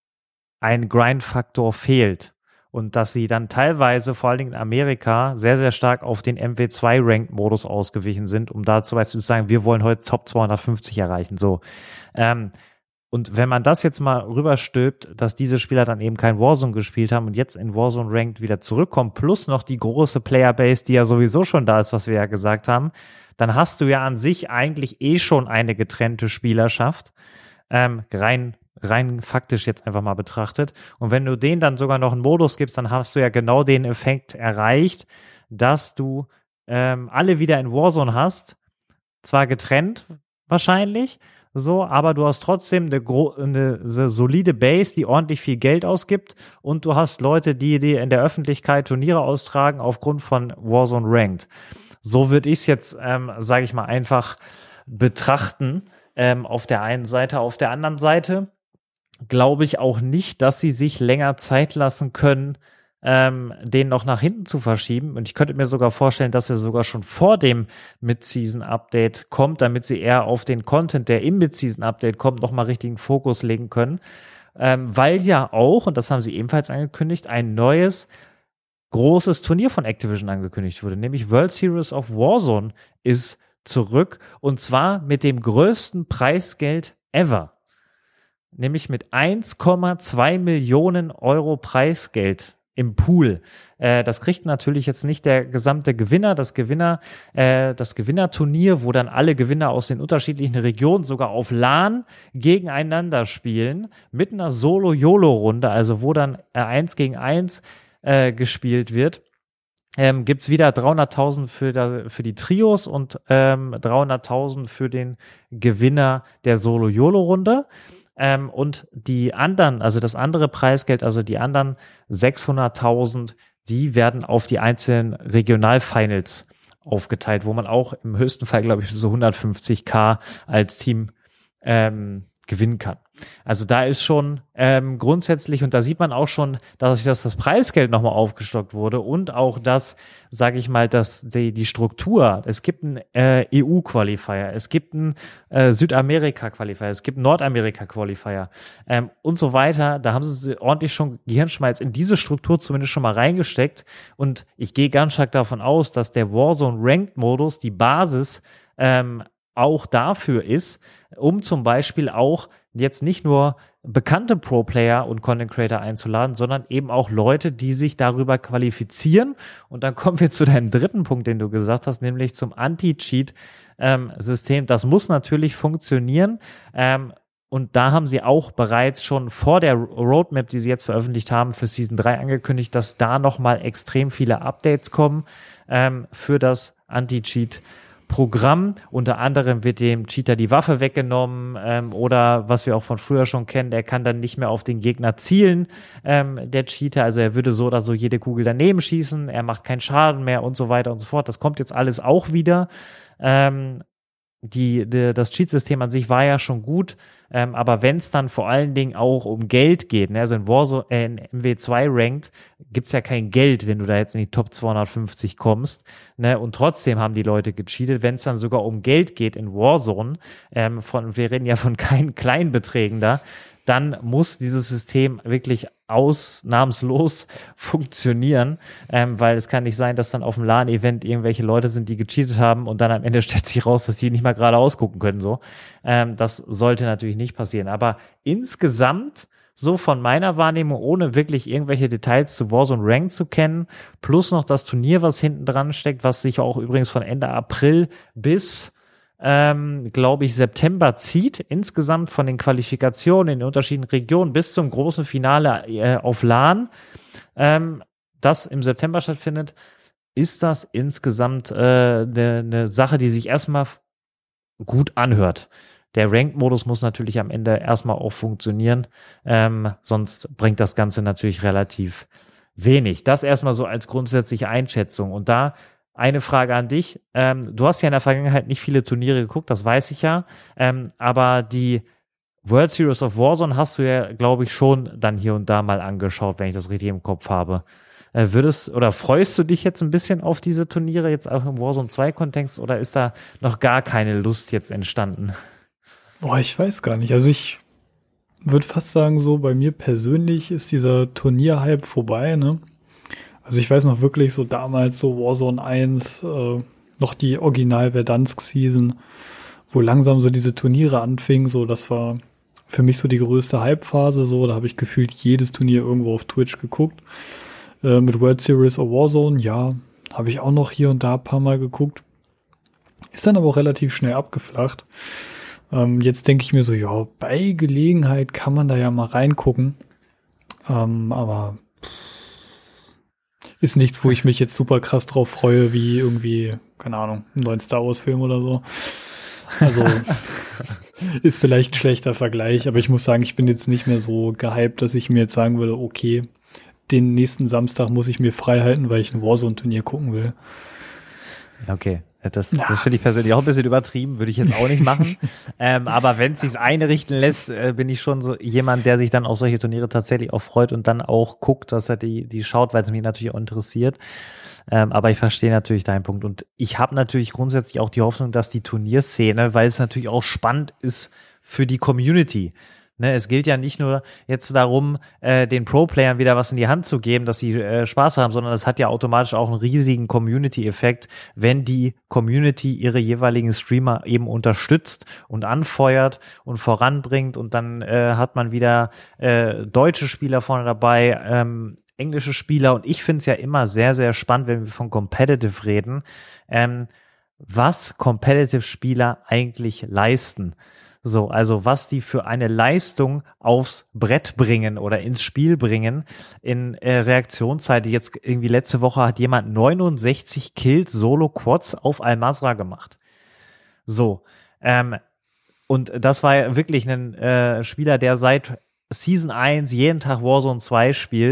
ein Grind-Faktor fehlt und dass sie dann teilweise, vor allen Dingen in Amerika, sehr, sehr stark auf den M W zwei Ranked-Modus ausgewichen sind, um da zum Beispiel zu sagen, wir wollen heute Top zweihundertfünfzig erreichen. So. Ähm, und wenn man das jetzt mal rüberstülpt, dass diese Spieler dann eben kein Warzone gespielt haben und jetzt in Warzone Ranked wieder zurückkommen, plus noch die große Playerbase, die ja sowieso schon da ist, was wir ja gesagt haben, dann hast du ja an sich eigentlich eh schon eine getrennte Spielerschaft, ähm, rein, rein faktisch jetzt einfach mal betrachtet. Und wenn du denen dann sogar noch einen Modus gibst, dann hast du ja genau den Effekt erreicht, dass du ähm, alle wieder in Warzone hast, zwar getrennt wahrscheinlich, so, aber du hast trotzdem eine, gro- eine, eine solide Base, die ordentlich viel Geld ausgibt und du hast Leute, die dir in der Öffentlichkeit Turniere austragen aufgrund von Warzone Ranked. So würde ich es jetzt, ähm, sage ich mal, einfach betrachten ähm, auf der einen Seite. Auf der anderen Seite glaube ich auch nicht, dass sie sich länger Zeit lassen können, ähm, den noch nach hinten zu verschieben. Und ich könnte mir sogar vorstellen, dass er sogar schon vor dem Mid-Season-Update kommt, damit sie eher auf den Content, der im Mid-Season-Update kommt, nochmal richtigen Fokus legen können. Ähm, weil ja auch, und das haben sie ebenfalls angekündigt, ein neues großes Turnier von Activision angekündigt wurde, nämlich World Series of Warzone ist zurück und zwar mit dem größten Preisgeld ever, nämlich mit eins Komma zwei Millionen Euro Preisgeld im Pool. Äh, das kriegt natürlich jetzt nicht der gesamte Gewinner, das Gewinner, äh, das Gewinnerturnier, wo dann alle Gewinner aus den unterschiedlichen Regionen sogar auf LAN gegeneinander spielen, mit einer Solo-YOLO-Runde, also wo dann äh, eins gegen eins Äh, gespielt wird, ähm, gibt es wieder dreihunderttausend für, da, für die Trios und ähm, dreihunderttausend für den Gewinner der Solo-YOLO-Runde. Ähm, und die anderen, also das andere Preisgeld, also die anderen sechshunderttausend, die werden auf die einzelnen Regionalfinals aufgeteilt, wo man auch im höchsten Fall, glaube ich, so hundertfünfzig K als Team ähm, gewinnen kann. Also da ist schon ähm, grundsätzlich, und da sieht man auch schon, dass, dass das Preisgeld nochmal aufgestockt wurde und auch das, sage ich mal, dass die, die Struktur, es gibt einen äh, E U-Qualifier, es gibt einen äh, Südamerika-Qualifier, es gibt einen Nordamerika-Qualifier ähm, und so weiter. Da haben sie ordentlich schon Gehirnschmalz in diese Struktur zumindest schon mal reingesteckt und ich gehe ganz stark davon aus, dass der Warzone-Ranked-Modus die Basis ähm, auch dafür ist, um zum Beispiel auch jetzt nicht nur bekannte Pro-Player und Content-Creator einzuladen, sondern eben auch Leute, die sich darüber qualifizieren. Und dann kommen wir zu deinem dritten Punkt, den du gesagt hast, nämlich zum Anti-Cheat-System. Ähm, das muss natürlich funktionieren. Ähm, und da haben sie auch bereits schon vor der Roadmap, die sie jetzt veröffentlicht haben, für Season drei angekündigt, dass da nochmal extrem viele Updates kommen ähm, für das Anti-Cheat-System. Programm. Unter anderem wird dem Cheater die Waffe weggenommen ähm, oder was wir auch von früher schon kennen, der kann dann nicht mehr auf den Gegner zielen, ähm, der Cheater. Also er würde so oder so jede Kugel daneben schießen, er macht keinen Schaden mehr und so weiter und so fort. Das kommt jetzt alles auch wieder. Ähm, die, die, das Cheat-System an sich war ja schon gut, ähm, aber wenn es dann vor allen Dingen auch um Geld geht, ne, also in Warzone, äh, in M W zwei Ranked gibt's ja kein Geld, wenn du da jetzt in die Top zweihundertfünfzig kommst, ne, und trotzdem haben die Leute gecheatet, wenn es dann sogar um Geld geht in Warzone, ähm, von, wir reden ja von keinen kleinen Beträgen da, dann muss dieses System wirklich ausnahmslos funktionieren, ähm, weil es kann nicht sein, dass dann auf dem LAN-Event irgendwelche Leute sind, die gecheatet haben und dann am Ende stellt sich raus, dass die nicht mal gerade ausgucken können. So, ähm, das sollte natürlich nicht passieren. Aber insgesamt, so von meiner Wahrnehmung, ohne wirklich irgendwelche Details zu Warzone Rank zu kennen, plus noch das Turnier, was hinten dran steckt, was sich auch übrigens von Ende April bis Ähm, glaube ich, September zieht, insgesamt von den Qualifikationen in den unterschiedlichen Regionen bis zum großen Finale äh, auf LAN, ähm, das im September stattfindet, ist das insgesamt eine äh, ne, ne Sache, die sich erstmal gut anhört. Der Ranked-Modus muss natürlich am Ende erstmal auch funktionieren, ähm, sonst bringt das Ganze natürlich relativ wenig. Das erstmal so als grundsätzliche Einschätzung. Und da eine Frage an dich. Ähm, du hast ja in der Vergangenheit nicht viele Turniere geguckt, das weiß ich ja. Ähm, aber die World Series of Warzone hast du ja, glaube ich, schon dann hier und da mal angeschaut, wenn ich das richtig im Kopf habe. Äh, würdest oder freust du dich jetzt ein bisschen auf diese Turniere, jetzt auch im Warzone zwei Kontext, oder ist da noch gar keine Lust jetzt entstanden? Boah, ich weiß gar nicht. Also ich würde fast sagen, so bei mir persönlich ist dieser Turnierhype vorbei, ne? Also ich weiß noch wirklich so damals so Warzone eins, äh, noch die Original Verdansk-Season, wo langsam so diese Turniere anfingen, so das war für mich so die größte Hype-Phase, so da habe ich gefühlt jedes Turnier irgendwo auf Twitch geguckt. Äh, mit World Series of Warzone, ja, habe ich auch noch hier und da ein paar Mal geguckt. Ist dann aber auch relativ schnell abgeflacht. Ähm, jetzt denke ich mir so, ja, bei Gelegenheit kann man da ja mal reingucken. Ähm, aber ist nichts, wo ich mich jetzt super krass drauf freue, wie irgendwie, keine Ahnung, einen neuen Star Wars Film oder so. Also ist vielleicht ein schlechter Vergleich, aber ich muss sagen, ich bin jetzt nicht mehr so gehypt, dass ich mir jetzt sagen würde, okay, den nächsten Samstag muss ich mir frei halten, weil ich ein Warzone-Turnier gucken will. Okay. Das, das finde ich persönlich auch ein bisschen übertrieben, würde ich jetzt auch nicht machen. ähm, aber wenn es sich einrichten lässt, äh, bin ich schon so jemand, der sich dann auf solche Turniere tatsächlich auch freut und dann auch guckt, dass er die, die schaut, weil es mich natürlich auch interessiert. Ähm, aber ich verstehe natürlich deinen Punkt. Und ich habe natürlich grundsätzlich auch die Hoffnung, dass die Turnierszene, weil es natürlich auch spannend ist für die Community. Ne, es gilt ja nicht nur jetzt darum, äh, den Pro-Playern wieder was in die Hand zu geben, dass sie äh, Spaß haben, sondern es hat ja automatisch auch einen riesigen Community-Effekt, wenn die Community ihre jeweiligen Streamer eben unterstützt und anfeuert und voranbringt, und dann äh, hat man wieder äh, deutsche Spieler vorne dabei, ähm, englische Spieler, und ich finde es ja immer sehr, sehr spannend, wenn wir von Competitive reden, ähm, was Competitive-Spieler eigentlich leisten. So, also was die für eine Leistung aufs Brett bringen oder ins Spiel bringen in äh, Reaktionszeit. Jetzt irgendwie letzte Woche hat jemand neunundsechzig Kills Solo-Quads auf Al-Mazrah gemacht. So, ähm, und das war wirklich ein äh, Spieler, der seit Season eins jeden Tag Warzone zwei spielt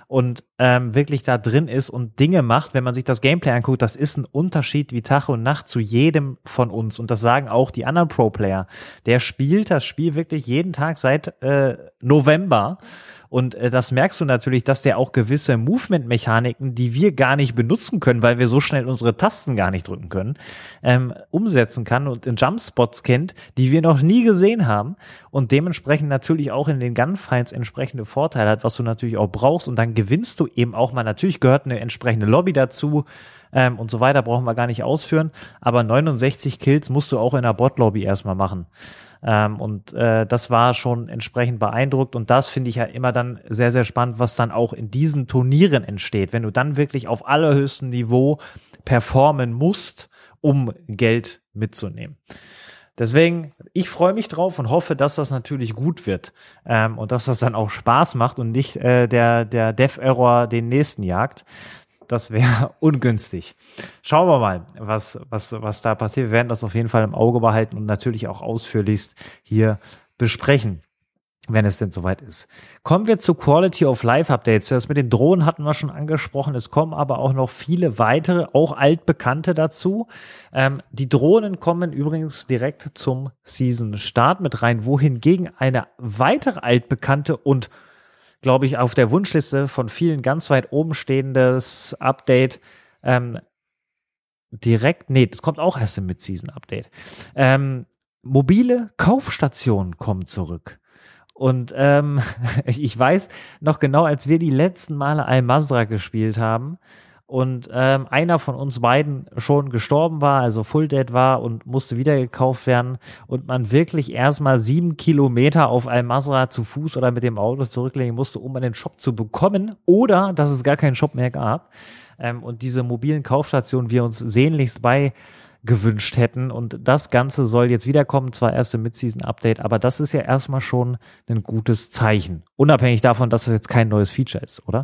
und ähm, wirklich da drin ist und Dinge macht, wenn man sich das Gameplay anguckt, das ist ein Unterschied wie Tag und Nacht zu jedem von uns. Und das sagen auch die anderen Pro-Player. Der spielt das Spiel wirklich jeden Tag seit äh, November. Und äh, das merkst du natürlich, dass der auch gewisse Movement-Mechaniken, die wir gar nicht benutzen können, weil wir so schnell unsere Tasten gar nicht drücken können, ähm, umsetzen kann und in Jumpspots kennt, die wir noch nie gesehen haben und dementsprechend natürlich auch in den Gunfights entsprechende Vorteile hat, was du natürlich auch brauchst. Und dann gewinnst du eben auch mal, natürlich gehört eine entsprechende Lobby dazu, ähm, und so weiter, brauchen wir gar nicht ausführen, aber neunundsechzig Kills musst du auch in der Bot-Lobby erstmal machen. Ähm, und äh, das war schon entsprechend beeindruckt und das finde ich ja immer dann sehr, sehr spannend, was dann auch in diesen Turnieren entsteht, wenn du dann wirklich auf allerhöchstem Niveau performen musst, um Geld mitzunehmen. Deswegen, ich freue mich drauf und hoffe, dass das natürlich gut wird ähm, und dass das dann auch Spaß macht und nicht äh, der, der Dev-Error den nächsten jagt. Das wäre ungünstig. Schauen wir mal, was, was, was da passiert. Wir werden das auf jeden Fall im Auge behalten und natürlich auch ausführlichst hier besprechen, wenn es denn soweit ist. Kommen wir zu Quality of Life Updates. Das mit den Drohnen hatten wir schon angesprochen. Es kommen aber auch noch viele weitere, auch altbekannte dazu. Ähm, die Drohnen kommen übrigens direkt zum Season-Start mit rein, wohingegen eine weitere altbekannte und glaube ich, auf der Wunschliste von vielen ganz weit oben stehendes Update ähm, direkt, nee, das kommt auch erst im Mid-Season-Update. Ähm, mobile Kaufstationen kommen zurück. Und ähm, ich weiß noch genau, als wir die letzten Male Al-Mazrah gespielt haben und ähm, einer von uns beiden schon gestorben war, also Full Dead war und musste wieder gekauft werden und man wirklich erstmal sieben Kilometer auf Al-Mazrah zu Fuß oder mit dem Auto zurücklegen musste, um einen Shop zu bekommen oder dass es gar keinen Shop mehr gab ähm, und diese mobilen Kaufstationen wir uns sehnlichst bei gewünscht hätten und das Ganze soll jetzt wiederkommen, zwar erst im Mid-Season-Update, aber das ist ja erstmal schon ein gutes Zeichen, unabhängig davon, dass es jetzt kein neues Feature ist, oder?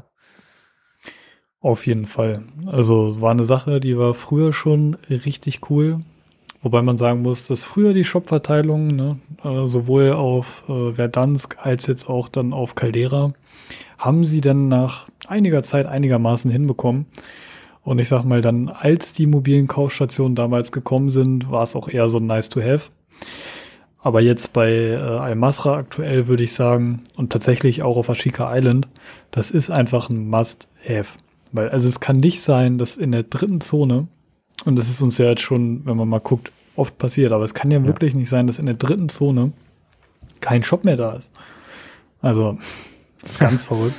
Auf jeden Fall. Also war eine Sache, die war früher schon richtig cool. Wobei man sagen muss, dass früher die Shop-Verteilung, ne, äh, sowohl auf äh, Verdansk als jetzt auch dann auf Caldera, haben sie dann nach einiger Zeit einigermaßen hinbekommen. Und ich sag mal dann, als die mobilen Kaufstationen damals gekommen sind, war es auch eher so nice to have. Aber jetzt bei äh, Al-Mazrah aktuell würde ich sagen, und tatsächlich auch auf Ashika Island, das ist einfach ein Must-have. Weil, also es kann nicht sein, dass in der dritten Zone, und das ist uns ja jetzt schon, wenn man mal guckt, oft passiert, aber es kann ja, ja. wirklich nicht sein, dass in der dritten Zone kein Shop mehr da ist. Also, das ist ganz verrückt.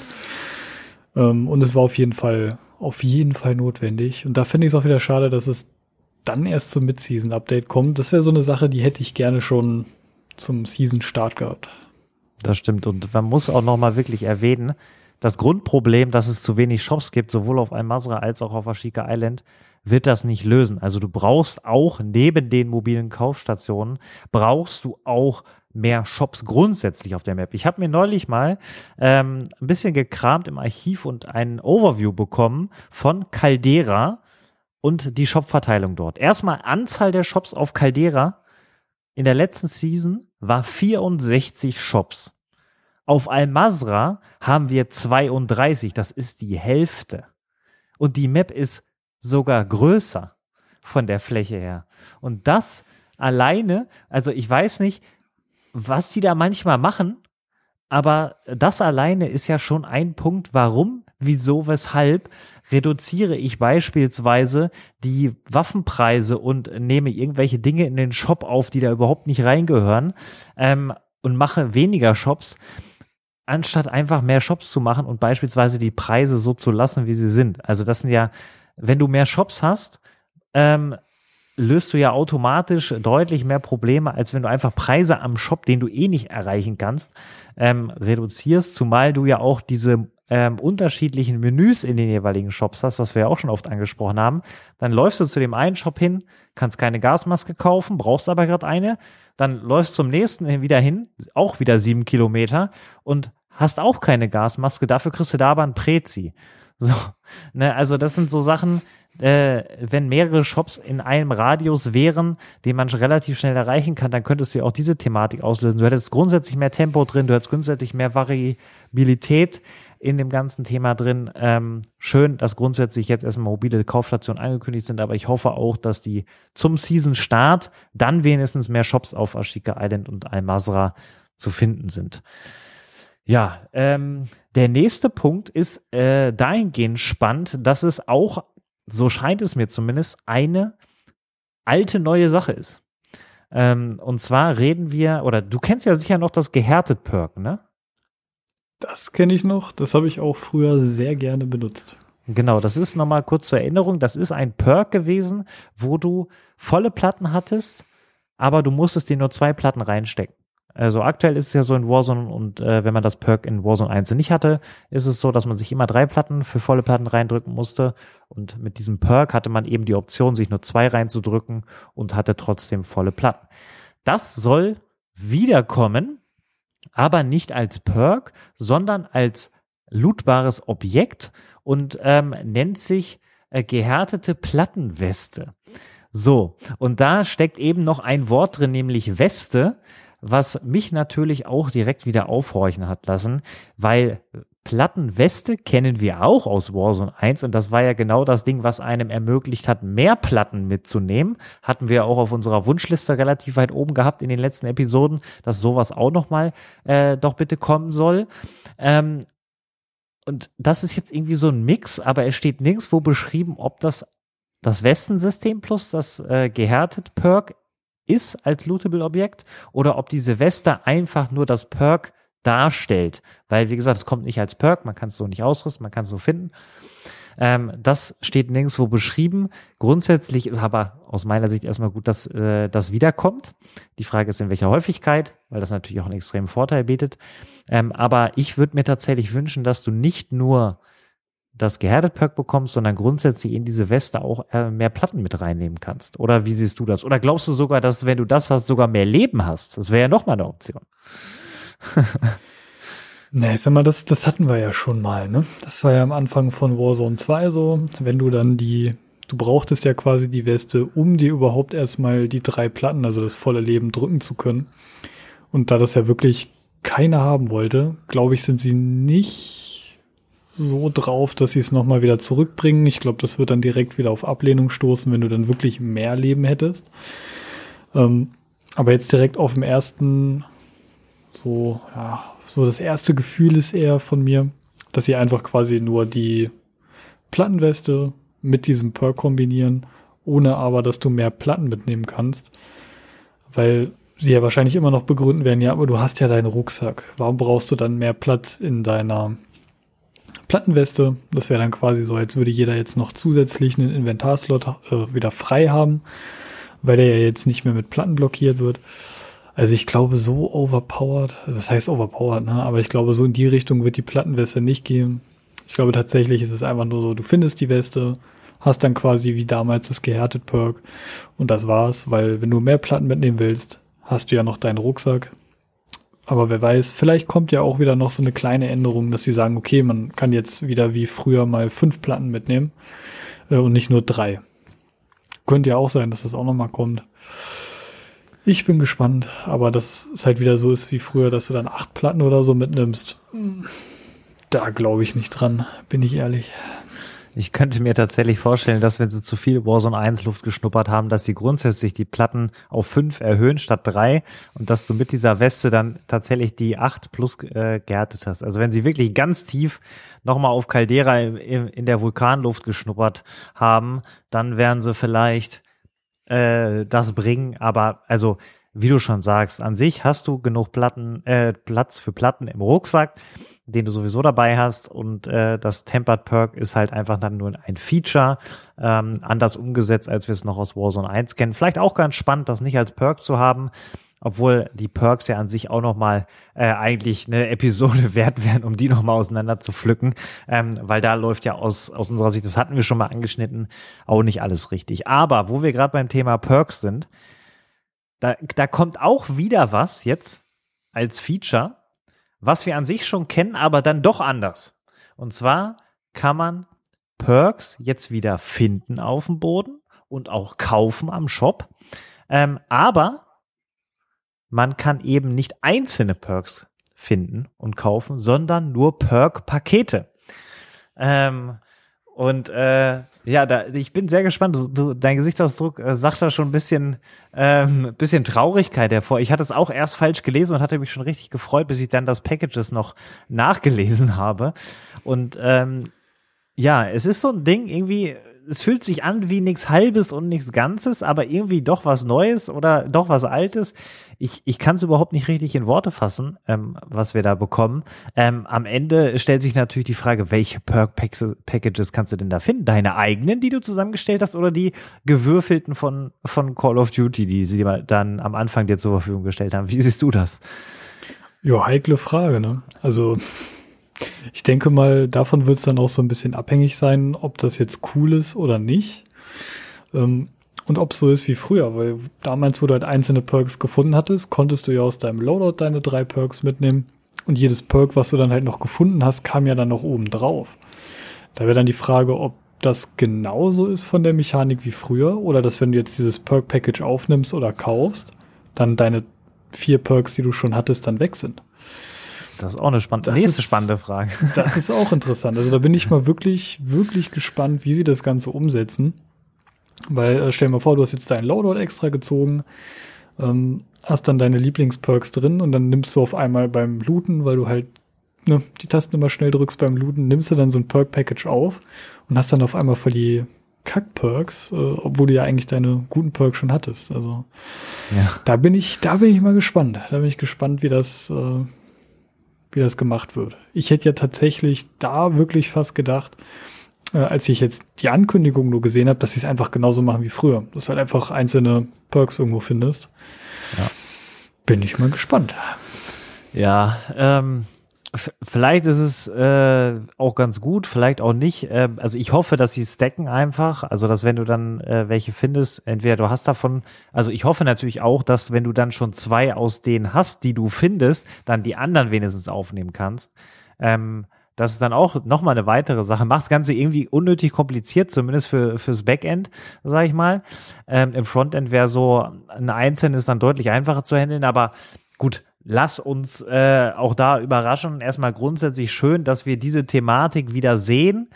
Ähm, und es war auf jeden Fall, auf jeden Fall notwendig. Und da finde ich es auch wieder schade, dass es dann erst zum Mid-Season-Update kommt. Das wäre so eine Sache, die hätte ich gerne schon zum Season-Start gehabt. Das stimmt. Und man muss auch noch mal wirklich erwähnen, das Grundproblem, dass es zu wenig Shops gibt, sowohl auf Al-Mazrah als auch auf Ashika Island, wird das nicht lösen. Also du brauchst auch neben den mobilen Kaufstationen, brauchst du auch mehr Shops grundsätzlich auf der Map. Ich habe mir neulich mal ähm, ein bisschen gekramt im Archiv und ein Overview bekommen von Caldera und die Shop-Verteilung dort. Erstmal Anzahl der Shops auf Caldera in der letzten Season war vierundsechzig Shops. Auf Al-Mazrah haben wir zweiunddreißig, das ist die Hälfte. Und die Map ist sogar größer von der Fläche her. Und das alleine, also ich weiß nicht, was die da manchmal machen, aber das alleine ist ja schon ein Punkt, warum, wieso, weshalb reduziere ich beispielsweise die Waffenpreise und nehme irgendwelche Dinge in den Shop auf, die da überhaupt nicht reingehören, ähm, und mache weniger Shops, anstatt einfach mehr Shops zu machen und beispielsweise die Preise so zu lassen, wie sie sind. Also das sind ja, wenn du mehr Shops hast, ähm, löst du ja automatisch deutlich mehr Probleme, als wenn du einfach Preise am Shop, den du eh nicht erreichen kannst, ähm, reduzierst, zumal du ja auch diese ähm, unterschiedlichen Menüs in den jeweiligen Shops hast, was wir ja auch schon oft angesprochen haben. Dann läufst du zu dem einen Shop hin, kannst keine Gasmaske kaufen, brauchst aber gerade eine, dann läufst du zum nächsten wieder hin, auch wieder sieben Kilometer und hast auch keine Gasmaske, dafür kriegst du da aber ein Prezi. So, ne, also das sind so Sachen, äh, wenn mehrere Shops in einem Radius wären, den man relativ schnell erreichen kann, dann könntest du ja auch diese Thematik auslösen. Du hättest grundsätzlich mehr Tempo drin, du hättest grundsätzlich mehr Variabilität in dem ganzen Thema drin. Ähm, schön, dass grundsätzlich jetzt erstmal mobile Kaufstationen angekündigt sind, aber ich hoffe auch, dass die zum Season-Start dann wenigstens mehr Shops auf Ashika Island und Al-Mazrah zu finden sind. Ja, ähm, der nächste Punkt ist äh, dahingehend spannend, dass es auch, so scheint es mir zumindest, eine alte neue Sache ist. Ähm, und zwar reden wir, oder du kennst ja sicher noch das Gehärtet-Perk, ne? Das kenne ich noch, das habe ich auch früher sehr gerne benutzt. Genau, das ist nochmal kurz zur Erinnerung, das ist ein Perk gewesen, wo du volle Platten hattest, aber du musstest dir nur zwei Platten reinstecken. Also aktuell ist es ja so in Warzone und äh, wenn man das Perk in Warzone eins nicht hatte, ist es so, dass man sich immer drei Platten für volle Platten reindrücken musste und mit diesem Perk hatte man eben die Option, sich nur zwei reinzudrücken und hatte trotzdem volle Platten. Das soll wiederkommen, aber nicht als Perk, sondern als lootbares Objekt und ähm, nennt sich äh, gehärtete Plattenweste. So, und da steckt eben noch ein Wort drin, nämlich Weste, was mich natürlich auch direkt wieder aufhorchen hat lassen, weil Plattenweste kennen wir auch aus Warzone eins und das war ja genau das Ding, was einem ermöglicht hat, mehr Platten mitzunehmen. Hatten wir auch auf unserer Wunschliste relativ weit oben gehabt in den letzten Episoden, dass sowas auch nochmal äh, doch bitte kommen soll. Ähm, und das ist jetzt irgendwie so ein Mix, aber es steht nirgendwo beschrieben, ob das das Westensystem plus das äh, gehärtet Perk ist als Lootable-Objekt oder ob diese Weste einfach nur das Perk darstellt. Weil, wie gesagt, es kommt nicht als Perk, man kann es so nicht ausrüsten, man kann es so finden. Ähm, das steht nirgendwo beschrieben. Grundsätzlich ist aber aus meiner Sicht erstmal gut, dass äh, das wiederkommt. Die Frage ist, in welcher Häufigkeit, weil das natürlich auch einen extremen Vorteil bietet. Ähm, aber ich würde mir tatsächlich wünschen, dass du nicht nur das Gehärtet-Perk bekommst, sondern grundsätzlich in diese Weste auch äh, mehr Platten mit reinnehmen kannst. Oder wie siehst du das? Oder glaubst du sogar, dass, wenn du das hast, sogar mehr Leben hast? Das wäre ja nochmal eine Option. Nee, ich sag mal, das, das hatten wir ja schon mal, ne? Das war ja am Anfang von Warzone zwei so, wenn du dann die, du brauchtest ja quasi die Weste, um dir überhaupt erstmal die drei Platten, also das volle Leben drücken zu können. Und da das ja wirklich keiner haben wollte, glaube ich, sind sie nicht so drauf, dass sie es nochmal wieder zurückbringen. Ich glaube, das wird dann direkt wieder auf Ablehnung stoßen, wenn du dann wirklich mehr Leben hättest. Ähm, aber jetzt direkt auf dem ersten, so, ja, so das erste Gefühl ist eher von mir, dass sie einfach quasi nur die Plattenweste mit diesem Perk kombinieren, ohne aber, dass du mehr Platten mitnehmen kannst. Weil sie ja wahrscheinlich immer noch begründen werden, ja, aber du hast ja deinen Rucksack. Warum brauchst du dann mehr Platz in deiner Plattenweste? Das wäre dann quasi so, als würde jeder jetzt noch zusätzlich einen Inventarslot äh, wieder frei haben, weil der ja jetzt nicht mehr mit Platten blockiert wird. Also ich glaube, so overpowered, das heißt overpowered, ne? Aber ich glaube, so in die Richtung wird die Plattenweste nicht gehen. Ich glaube, tatsächlich ist es einfach nur so, du findest die Weste, hast dann quasi wie damals das gehärtet Perk und das war's, weil wenn du mehr Platten mitnehmen willst, hast du ja noch deinen Rucksack. Aber wer weiß, vielleicht kommt ja auch wieder noch so eine kleine Änderung, dass sie sagen, okay, man kann jetzt wieder wie früher mal fünf Platten mitnehmen äh, und nicht nur drei. Könnte ja auch sein, dass das auch nochmal kommt. Ich bin gespannt, aber dass es halt wieder so ist wie früher, dass du dann acht Platten oder so mitnimmst, da glaube ich nicht dran, bin ich ehrlich. Ich könnte mir tatsächlich vorstellen, dass wenn sie zu viel Warzone eins Luft geschnuppert haben, dass sie grundsätzlich die Platten auf fünf erhöhen statt drei und dass du mit dieser Weste dann tatsächlich die acht plus äh, gehärtet hast. Also wenn sie wirklich ganz tief nochmal auf Caldera in, in der Vulkanluft geschnuppert haben, dann werden sie vielleicht äh, das bringen. Aber also wie du schon sagst, an sich hast du genug Platten, äh, Platz für Platten im Rucksack, den du sowieso dabei hast und äh, das Tempered Perk ist halt einfach dann nur ein Feature, ähm, anders umgesetzt, als wir es noch aus Warzone eins kennen. Vielleicht auch ganz spannend, das nicht als Perk zu haben, obwohl die Perks ja an sich auch nochmal äh, eigentlich eine Episode wert wären, um die nochmal auseinander zu pflücken, ähm, weil da läuft ja aus, aus unserer Sicht, das hatten wir schon mal angeschnitten, auch nicht alles richtig. Aber wo wir gerade beim Thema Perks sind, da, da kommt auch wieder was jetzt als Feature, was wir an sich schon kennen, aber dann doch anders. Und zwar kann man Perks jetzt wieder finden auf dem Boden und auch kaufen am Shop. Ähm, aber man kann eben nicht einzelne Perks finden und kaufen, sondern nur Perk-Pakete. Ähm, und äh, ja, da, ich bin sehr gespannt. Du, du, dein Gesichtsausdruck äh, sagt da schon ein bisschen, ähm, bisschen Traurigkeit hervor. Ich hatte es auch erst falsch gelesen und hatte mich schon richtig gefreut, bis ich dann das Packages noch nachgelesen habe. Und ähm, ja, es ist so ein Ding, irgendwie, es fühlt sich an wie nichts Halbes und nichts Ganzes, aber irgendwie doch was Neues oder doch was Altes. Ich, ich kann es überhaupt nicht richtig in Worte fassen, ähm, was wir da bekommen. Ähm, am Ende stellt sich natürlich die Frage, welche Perk-Packages kannst du denn da finden? Deine eigenen, die du zusammengestellt hast, oder die gewürfelten von, von Call of Duty, die sie dann am Anfang dir zur Verfügung gestellt haben? Wie siehst du das? Ja, heikle Frage, ne? Also ich denke mal, davon wird es dann auch so ein bisschen abhängig sein, ob das jetzt cool ist oder nicht. Ähm, und ob es so ist wie früher, weil damals, wo du halt einzelne Perks gefunden hattest, konntest du ja aus deinem Loadout deine drei Perks mitnehmen. Und jedes Perk, was du dann halt noch gefunden hast, kam ja dann noch oben drauf. Da wäre dann die Frage, ob das genauso ist von der Mechanik wie früher oder dass, wenn du jetzt dieses Perk-Package aufnimmst oder kaufst, dann deine vier Perks, die du schon hattest, dann weg sind. Das ist auch eine spannende, das nächste ist, spannende Frage. Das ist auch interessant. Also da bin ich mal wirklich, wirklich gespannt, wie sie das Ganze umsetzen. Weil, äh, stell dir mal vor, du hast jetzt deinen Loadout extra gezogen, ähm, hast dann deine Lieblingsperks drin und dann nimmst du auf einmal beim Looten, weil du halt ne, die Tasten immer schnell drückst beim Looten, nimmst du dann so ein Perk-Package auf und hast dann auf einmal voll die Kack-Perks, äh, obwohl du ja eigentlich deine guten Perks schon hattest. Also ja. da bin ich, da bin ich mal gespannt. Da bin ich gespannt, wie das, äh, wie das gemacht wird. Ich hätte ja tatsächlich da wirklich fast gedacht, äh, als ich jetzt die Ankündigung nur gesehen habe, dass sie es einfach genauso machen wie früher. Dass du halt einfach einzelne Perks irgendwo findest. Ja. Bin ich mal gespannt. Ja, ähm, f- vielleicht ist es äh, auch ganz gut, vielleicht auch nicht. Äh, also ich hoffe, dass sie stacken einfach. Also dass wenn du dann äh, welche findest, entweder du hast davon, also ich hoffe natürlich auch, dass wenn du dann schon zwei aus denen hast, die du findest, dann die anderen wenigstens aufnehmen kannst. Ähm, Das ist dann auch nochmal eine weitere Sache. Macht das Ganze irgendwie unnötig kompliziert, zumindest für fürs Backend, sage ich mal. Ähm, im Frontend wäre so ein einzelnes dann deutlich einfacher zu handeln, aber gut, lass uns äh, auch da überraschen. Erstmal grundsätzlich schön, dass wir diese Thematik wieder sehen.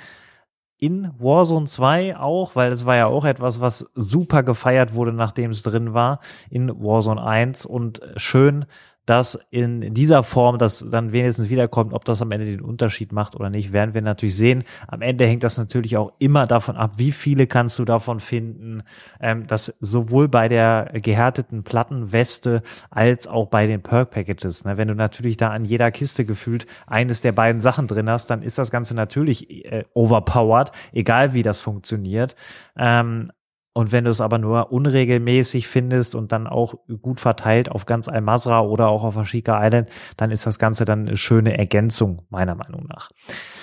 In Warzone zwei auch, weil das war ja auch etwas, was super gefeiert wurde, nachdem es drin war, in Warzone eins. Und schön, dass in dieser Form das dann wenigstens wiederkommt. Ob das am Ende den Unterschied macht oder nicht, werden wir natürlich sehen. Am Ende hängt das natürlich auch immer davon ab, wie viele kannst du davon finden. Ähm, das sowohl bei der gehärteten Plattenweste als auch bei den Perk-Packages. Ne? Wenn du natürlich da an jeder Kiste gefühlt eines der beiden Sachen drin hast, dann ist das Ganze natürlich äh, overpowered, egal wie das funktioniert. Ähm, Und wenn du es aber nur unregelmäßig findest und dann auch gut verteilt auf ganz Al-Mazrah oder auch auf Ashika Island, dann ist das Ganze dann eine schöne Ergänzung, meiner Meinung nach.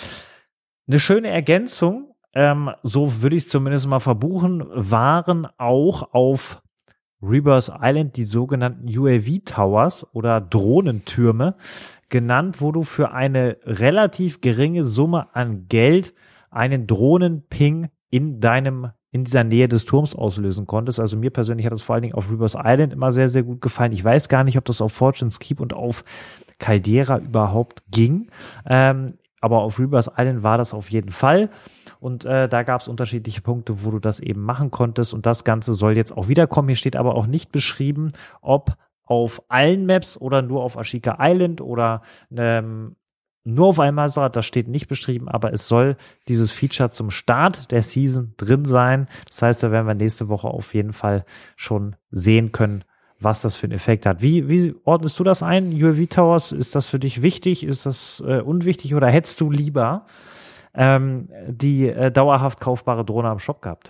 Eine schöne Ergänzung, ähm, so würde ich es zumindest mal verbuchen, waren auch auf Rebirth Island die sogenannten U A V-Towers oder Drohnentürme genannt, wo du für eine relativ geringe Summe an Geld einen Drohnenping in deinem in dieser Nähe des Turms auslösen konntest. Also mir persönlich hat das vor allen Dingen auf Rebirth Island immer sehr, sehr gut gefallen. Ich weiß gar nicht, ob das auf Fortune's Keep und auf Caldera überhaupt ging. Ähm, aber auf Rebirth Island war das auf jeden Fall. Und äh, da gab es unterschiedliche Punkte, wo du das eben machen konntest. Und das Ganze soll jetzt auch wiederkommen. Hier steht aber auch nicht beschrieben, ob auf allen Maps oder nur auf Ashika Island oder ähm, nur auf Al-Mazrah, das steht nicht beschrieben, aber es soll dieses Feature zum Start der Season drin sein. Das heißt, da werden wir nächste Woche auf jeden Fall schon sehen können, was das für einen Effekt hat. Wie, wie ordnest du das ein, U A V-Towers? Ist das für dich wichtig? Ist das äh, unwichtig? Oder hättest du lieber ähm, die äh, dauerhaft kaufbare Drohne am Shop gehabt?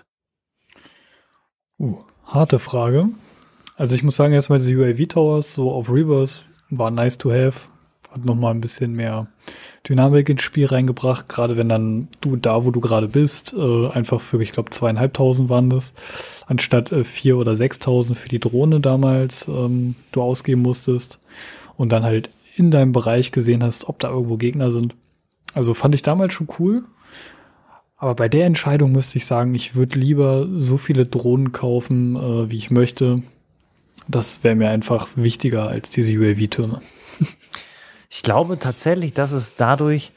Uh, harte Frage. Also ich muss sagen, erstmal diese U A V-Towers so auf Rebirth war nice to have. Hat nochmal ein bisschen mehr Dynamik ins Spiel reingebracht, gerade wenn dann du da, wo du gerade bist, äh, einfach für, ich glaube, zweieinhalbtausend waren das, anstatt äh, vier oder sechstausend für die Drohne damals ähm, du ausgeben musstest und dann halt in deinem Bereich gesehen hast, ob da irgendwo Gegner sind. Also fand ich damals schon cool. Aber bei der Entscheidung müsste ich sagen, ich würde lieber so viele Drohnen kaufen, äh, wie ich möchte. Das wäre mir einfach wichtiger als diese U A V-Türme. Ich glaube tatsächlich, dass es dadurch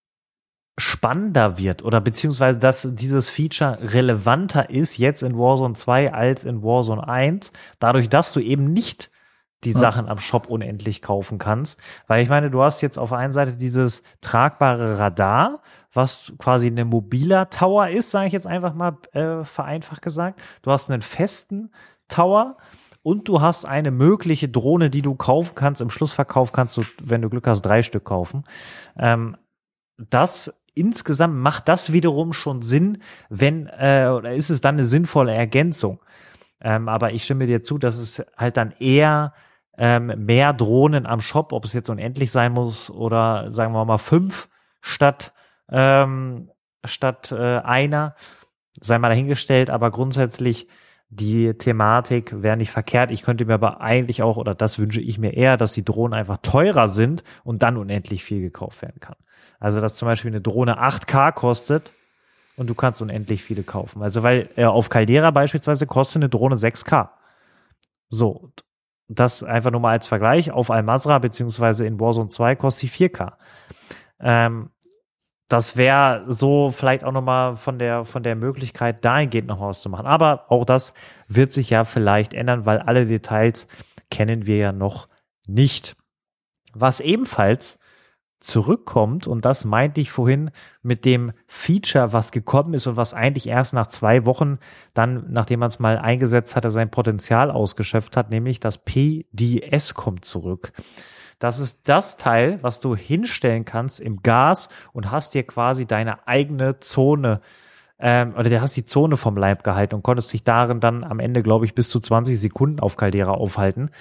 spannender wird oder beziehungsweise, dass dieses Feature relevanter ist jetzt in Warzone zwei als in Warzone eins, dadurch, dass du eben nicht die ja. Sachen am Shop unendlich kaufen kannst. Weil ich meine, du hast jetzt auf der einen Seite dieses tragbare Radar, was quasi eine mobiler Tower ist, sage ich jetzt einfach mal äh, vereinfacht gesagt. Du hast einen festen Tower und du hast eine mögliche Drohne, die du kaufen kannst. Im Schlussverkauf kannst du, wenn du Glück hast, drei Stück kaufen. Ähm, das insgesamt macht das wiederum schon Sinn, wenn, äh, oder ist es dann eine sinnvolle Ergänzung. Ähm, aber ich stimme dir zu, dass es halt dann eher ähm, mehr Drohnen am Shop, ob es jetzt unendlich sein muss oder sagen wir mal fünf statt, ähm, statt äh, einer, sei mal dahingestellt, aber grundsätzlich die Thematik wäre nicht verkehrt. Ich könnte mir aber eigentlich auch, oder das wünsche ich mir eher, dass die Drohnen einfach teurer sind und dann unendlich viel gekauft werden kann. Also, dass zum Beispiel eine Drohne acht K kostet und du kannst unendlich viele kaufen. Also, weil äh, auf Caldera beispielsweise kostet eine Drohne sechs K. So, das einfach nur mal als Vergleich. Auf Al-Mazrah beziehungsweise in Warzone zwei kostet sie vier K. Ähm, das wäre so vielleicht auch nochmal von der, von der Möglichkeit, dahingehend noch was zu machen. Aber auch das wird sich ja vielleicht ändern, weil alle Details kennen wir ja noch nicht. Was ebenfalls zurückkommt, und das meinte ich vorhin mit dem Feature, was gekommen ist und was eigentlich erst nach zwei Wochen dann, nachdem man es mal eingesetzt hatte, sein Potenzial ausgeschöpft hat, nämlich das P D S kommt zurück. Das ist das Teil, was du hinstellen kannst im Gas und hast dir quasi deine eigene Zone ähm, oder du hast die Zone vom Leib gehalten und konntest dich darin dann am Ende, glaube ich, bis zu zwanzig Sekunden auf Caldera aufhalten.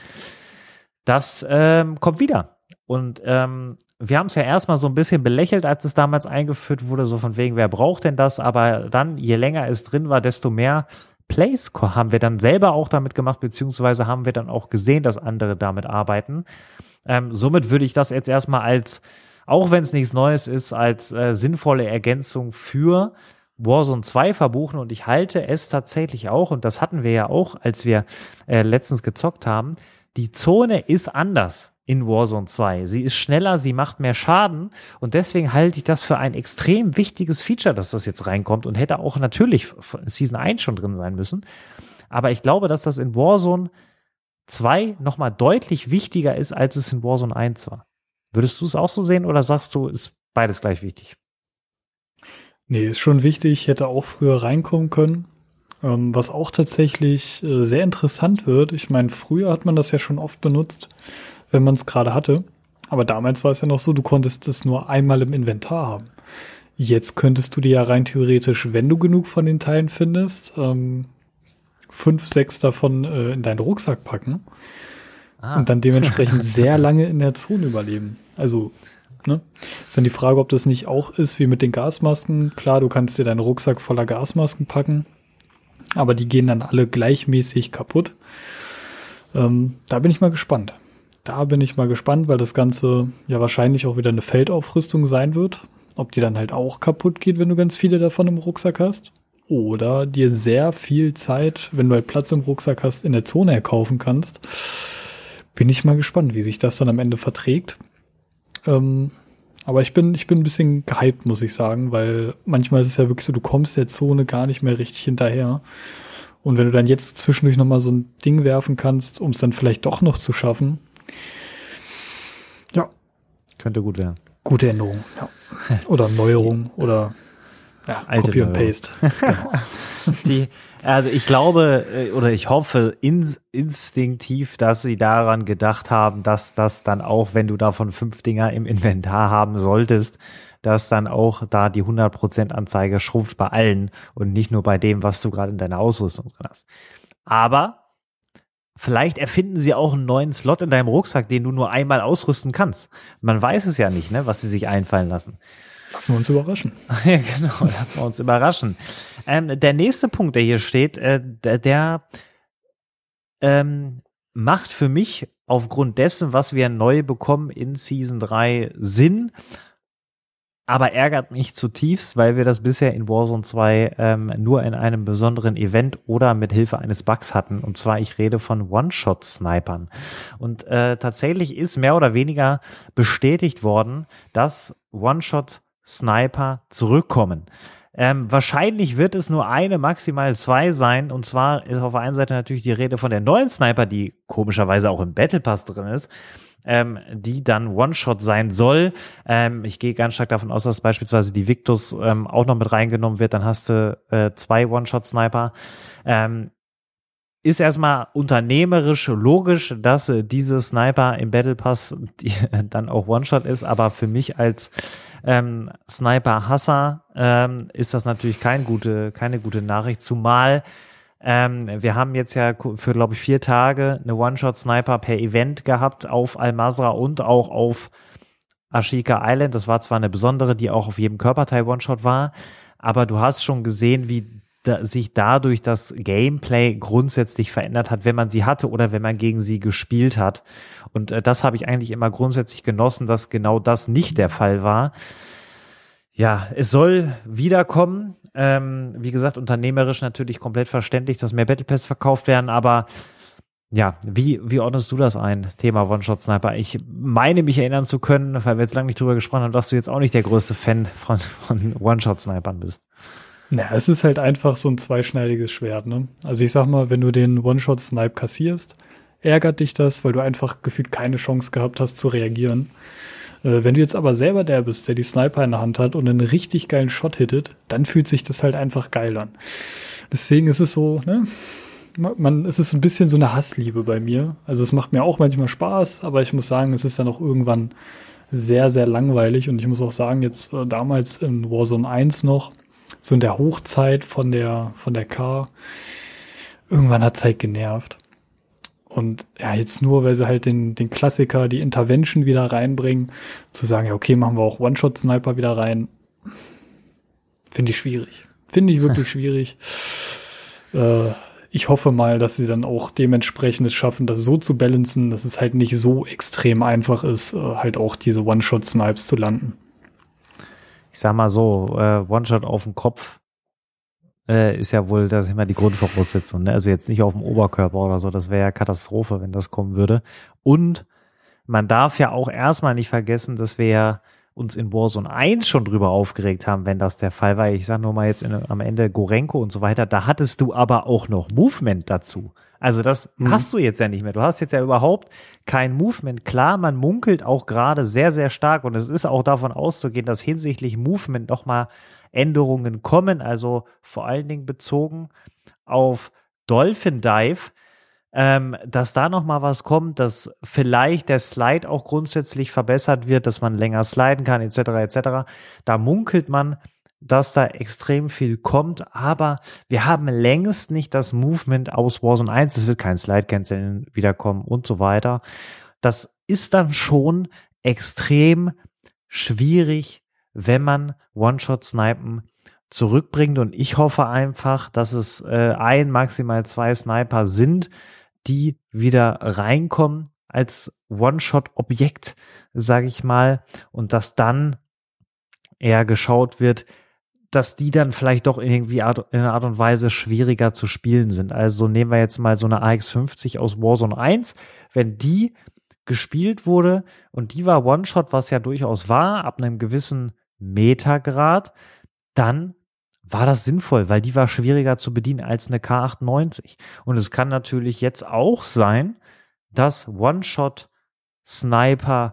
Das ähm, kommt wieder. Und ähm, wir haben es ja erstmal so ein bisschen belächelt, als es damals eingeführt wurde, so von wegen, wer braucht denn das? Aber dann, je länger es drin war, desto mehr Plays haben wir dann selber auch damit gemacht, beziehungsweise haben wir dann auch gesehen, dass andere damit arbeiten. Ähm, somit würde ich das jetzt erstmal als, auch wenn es nichts Neues ist, als äh, sinnvolle Ergänzung für Warzone zwei verbuchen. Und ich halte es tatsächlich auch, und das hatten wir ja auch, als wir äh, letztens gezockt haben, die Zone ist anders in Warzone zwei. Sie ist schneller, sie macht mehr Schaden und deswegen halte ich das für ein extrem wichtiges Feature, dass das jetzt reinkommt und hätte auch natürlich in Season eins schon drin sein müssen. Aber ich glaube, dass das in Warzone zwei nochmal deutlich wichtiger ist, als es in Warzone eins war. Würdest du es auch so sehen oder sagst du, ist beides gleich wichtig? Nee, ist schon wichtig, hätte auch früher reinkommen können. Ähm, was auch tatsächlich äh, sehr interessant wird, ich meine, früher hat man das ja schon oft benutzt, wenn man es gerade hatte. Aber damals war es ja noch so, du konntest es nur einmal im Inventar haben. Jetzt könntest du dir ja rein theoretisch, wenn du genug von den Teilen findest, ähm, fünf, sechs davon äh, in deinen Rucksack packen ah. und dann dementsprechend sehr lange in der Zone überleben. Also, ne? Ist dann die Frage, ob das nicht auch ist wie mit den Gasmasken. Klar, du kannst dir deinen Rucksack voller Gasmasken packen, aber die gehen dann alle gleichmäßig kaputt. Ähm, da bin ich mal gespannt. Da bin ich mal gespannt, weil das Ganze ja wahrscheinlich auch wieder eine Feldaufrüstung sein wird. Ob die dann halt auch kaputt geht, wenn du ganz viele davon im Rucksack hast. Oder dir sehr viel Zeit, wenn du halt Platz im Rucksack hast, in der Zone erkaufen kannst. Bin ich mal gespannt, wie sich das dann am Ende verträgt. Ähm, aber ich bin, ich bin ein bisschen gehypt, muss ich sagen, weil manchmal ist es ja wirklich so, du kommst der Zone gar nicht mehr richtig hinterher. Und wenn du dann jetzt zwischendurch nochmal so ein Ding werfen kannst, um es dann vielleicht doch noch zu schaffen, ja. Könnte gut werden. Gute Änderung, ja. Oder Neuerung oder ja, Alte Copy and Paste. Genau. Die, also ich glaube oder ich hoffe ins, instinktiv, dass sie daran gedacht haben, dass das dann auch, wenn du davon fünf Dinger im Inventar haben solltest, dass dann auch da die hundert Prozent Anzeige schrumpft bei allen und nicht nur bei dem, was du gerade in deiner Ausrüstung drin hast. Aber vielleicht erfinden sie auch einen neuen Slot in deinem Rucksack, den du nur einmal ausrüsten kannst. Man weiß es ja nicht, ne, was sie sich einfallen lassen. Lassen wir uns überraschen. Ja, genau, lassen wir uns überraschen. Ähm, der nächste Punkt, der hier steht, äh, der, der ähm, macht für mich aufgrund dessen, was wir neu bekommen in Season drei, Sinn. aber ärgert mich zutiefst, weil wir das bisher in Warzone zwei ähm, nur in einem besonderen Event oder mit Hilfe eines Bugs hatten. Und zwar, ich rede von One-Shot-Snipern. Und äh, tatsächlich ist mehr oder weniger bestätigt worden, dass One-Shot-Sniper zurückkommen. Ähm, wahrscheinlich wird es nur eine, maximal zwei sein. Und zwar ist auf der einen Seite natürlich die Rede von der neuen Sniper, die komischerweise auch im Battle Pass drin ist, ähm, die dann One-Shot sein soll. Ähm, ich gehe ganz stark davon aus, dass beispielsweise die Victus ähm, auch noch mit reingenommen wird. Dann hast du äh, zwei One-Shot-Sniper. Ähm, ist erstmal unternehmerisch logisch, dass äh, diese Sniper im Battle Pass die, äh, dann auch One-Shot ist, aber für mich als ähm, Sniper-Hasser ähm, ist das natürlich kein gute, keine gute Nachricht, zumal ähm, wir haben jetzt ja für, glaube ich, vier Tage eine One-Shot-Sniper per Event gehabt auf Al-Mazrah und auch auf Ashika Island. Das war zwar eine besondere, die auch auf jedem Körperteil One-Shot war, aber du hast schon gesehen, wie da, sich dadurch das Gameplay grundsätzlich verändert hat, wenn man sie hatte oder wenn man gegen sie gespielt hat. Und äh, das habe ich eigentlich immer grundsätzlich genossen, dass genau das nicht der Fall war. Ja, es soll wiederkommen. Ähm, wie gesagt, unternehmerisch natürlich komplett verständlich, dass mehr Battle Pass verkauft werden, aber ja, wie, wie ordnest du das ein, das Thema One-Shot-Sniper? Ich meine, mich erinnern zu können, weil wir jetzt lange nicht drüber gesprochen haben, dass du jetzt auch nicht der größte Fan von, von One-Shot-Snipern bist. Na, es ist halt einfach so ein zweischneidiges Schwert, ne? Also ich sag mal, wenn du den One-Shot-Snipe kassierst, ärgert dich das, weil du einfach gefühlt keine Chance gehabt hast zu reagieren. Äh, wenn du jetzt aber selber der bist, der die Sniper in der Hand hat und einen richtig geilen Shot hittet, dann fühlt sich das halt einfach geil an. Deswegen ist es so, ne? Man, es ist so ein bisschen so eine Hassliebe bei mir. Also es macht mir auch manchmal Spaß, aber ich muss sagen, es ist dann auch irgendwann sehr, sehr langweilig. Und ich muss auch sagen, jetzt äh, damals in Warzone eins noch, so in der Hochzeit von der, von der K, irgendwann hat's halt genervt. Und ja, jetzt nur, weil sie halt den, den Klassiker, die Intervention wieder reinbringen, zu sagen, ja, okay, machen wir auch One-Shot-Sniper wieder rein, finde ich schwierig. Finde ich wirklich schwierig. Äh, ich hoffe mal, dass sie dann auch dementsprechend es schaffen, das so zu balancen, dass es halt nicht so extrem einfach ist, äh, halt auch diese One-Shot-Snipes zu landen. Ich sag mal so, äh, One-Shot auf den Kopf äh, ist ja wohl, das ist immer die Grundvoraussetzung, ne? Also jetzt nicht auf dem Oberkörper oder so, das wäre ja Katastrophe, wenn das kommen würde. Und man darf ja auch erstmal nicht vergessen, dass wir ja uns in Warzone eins schon drüber aufgeregt haben, wenn das der Fall war. Ich sag nur mal jetzt in, am Ende Gorenko und so weiter, da hattest du aber auch noch Movement dazu. Also das mhm. hast du jetzt ja nicht mehr. Du hast jetzt ja überhaupt kein Movement. Klar, man munkelt auch gerade sehr, sehr stark und es ist auch davon auszugehen, dass hinsichtlich Movement nochmal Änderungen kommen, also vor allen Dingen bezogen auf Dolphin Dive, ähm, dass da noch mal was kommt, dass vielleicht der Slide auch grundsätzlich verbessert wird, dass man länger sliden kann, et cetera et cetera. Da munkelt man, dass da extrem viel kommt, aber wir haben längst nicht das Movement aus Warzone eins. Es wird kein Slide-Canceln wiederkommen und so weiter. Das ist dann schon extrem schwierig, wenn man One-Shot-Snipen zurückbringt, und ich hoffe einfach, dass es äh, ein, maximal zwei Sniper sind, die wieder reinkommen als One-Shot-Objekt, sage ich mal, und dass dann eher geschaut wird, dass die dann vielleicht doch irgendwie Art, in einer Art und Weise schwieriger zu spielen sind. Also nehmen wir jetzt mal so eine A X fünfzig aus Warzone eins, wenn die gespielt wurde und die war One-Shot, was ja durchaus war, ab einem gewissen Metagrad, dann war das sinnvoll, weil die war schwieriger zu bedienen als eine K achtundneunzig. Und es kann natürlich jetzt auch sein, dass One-Shot-Sniper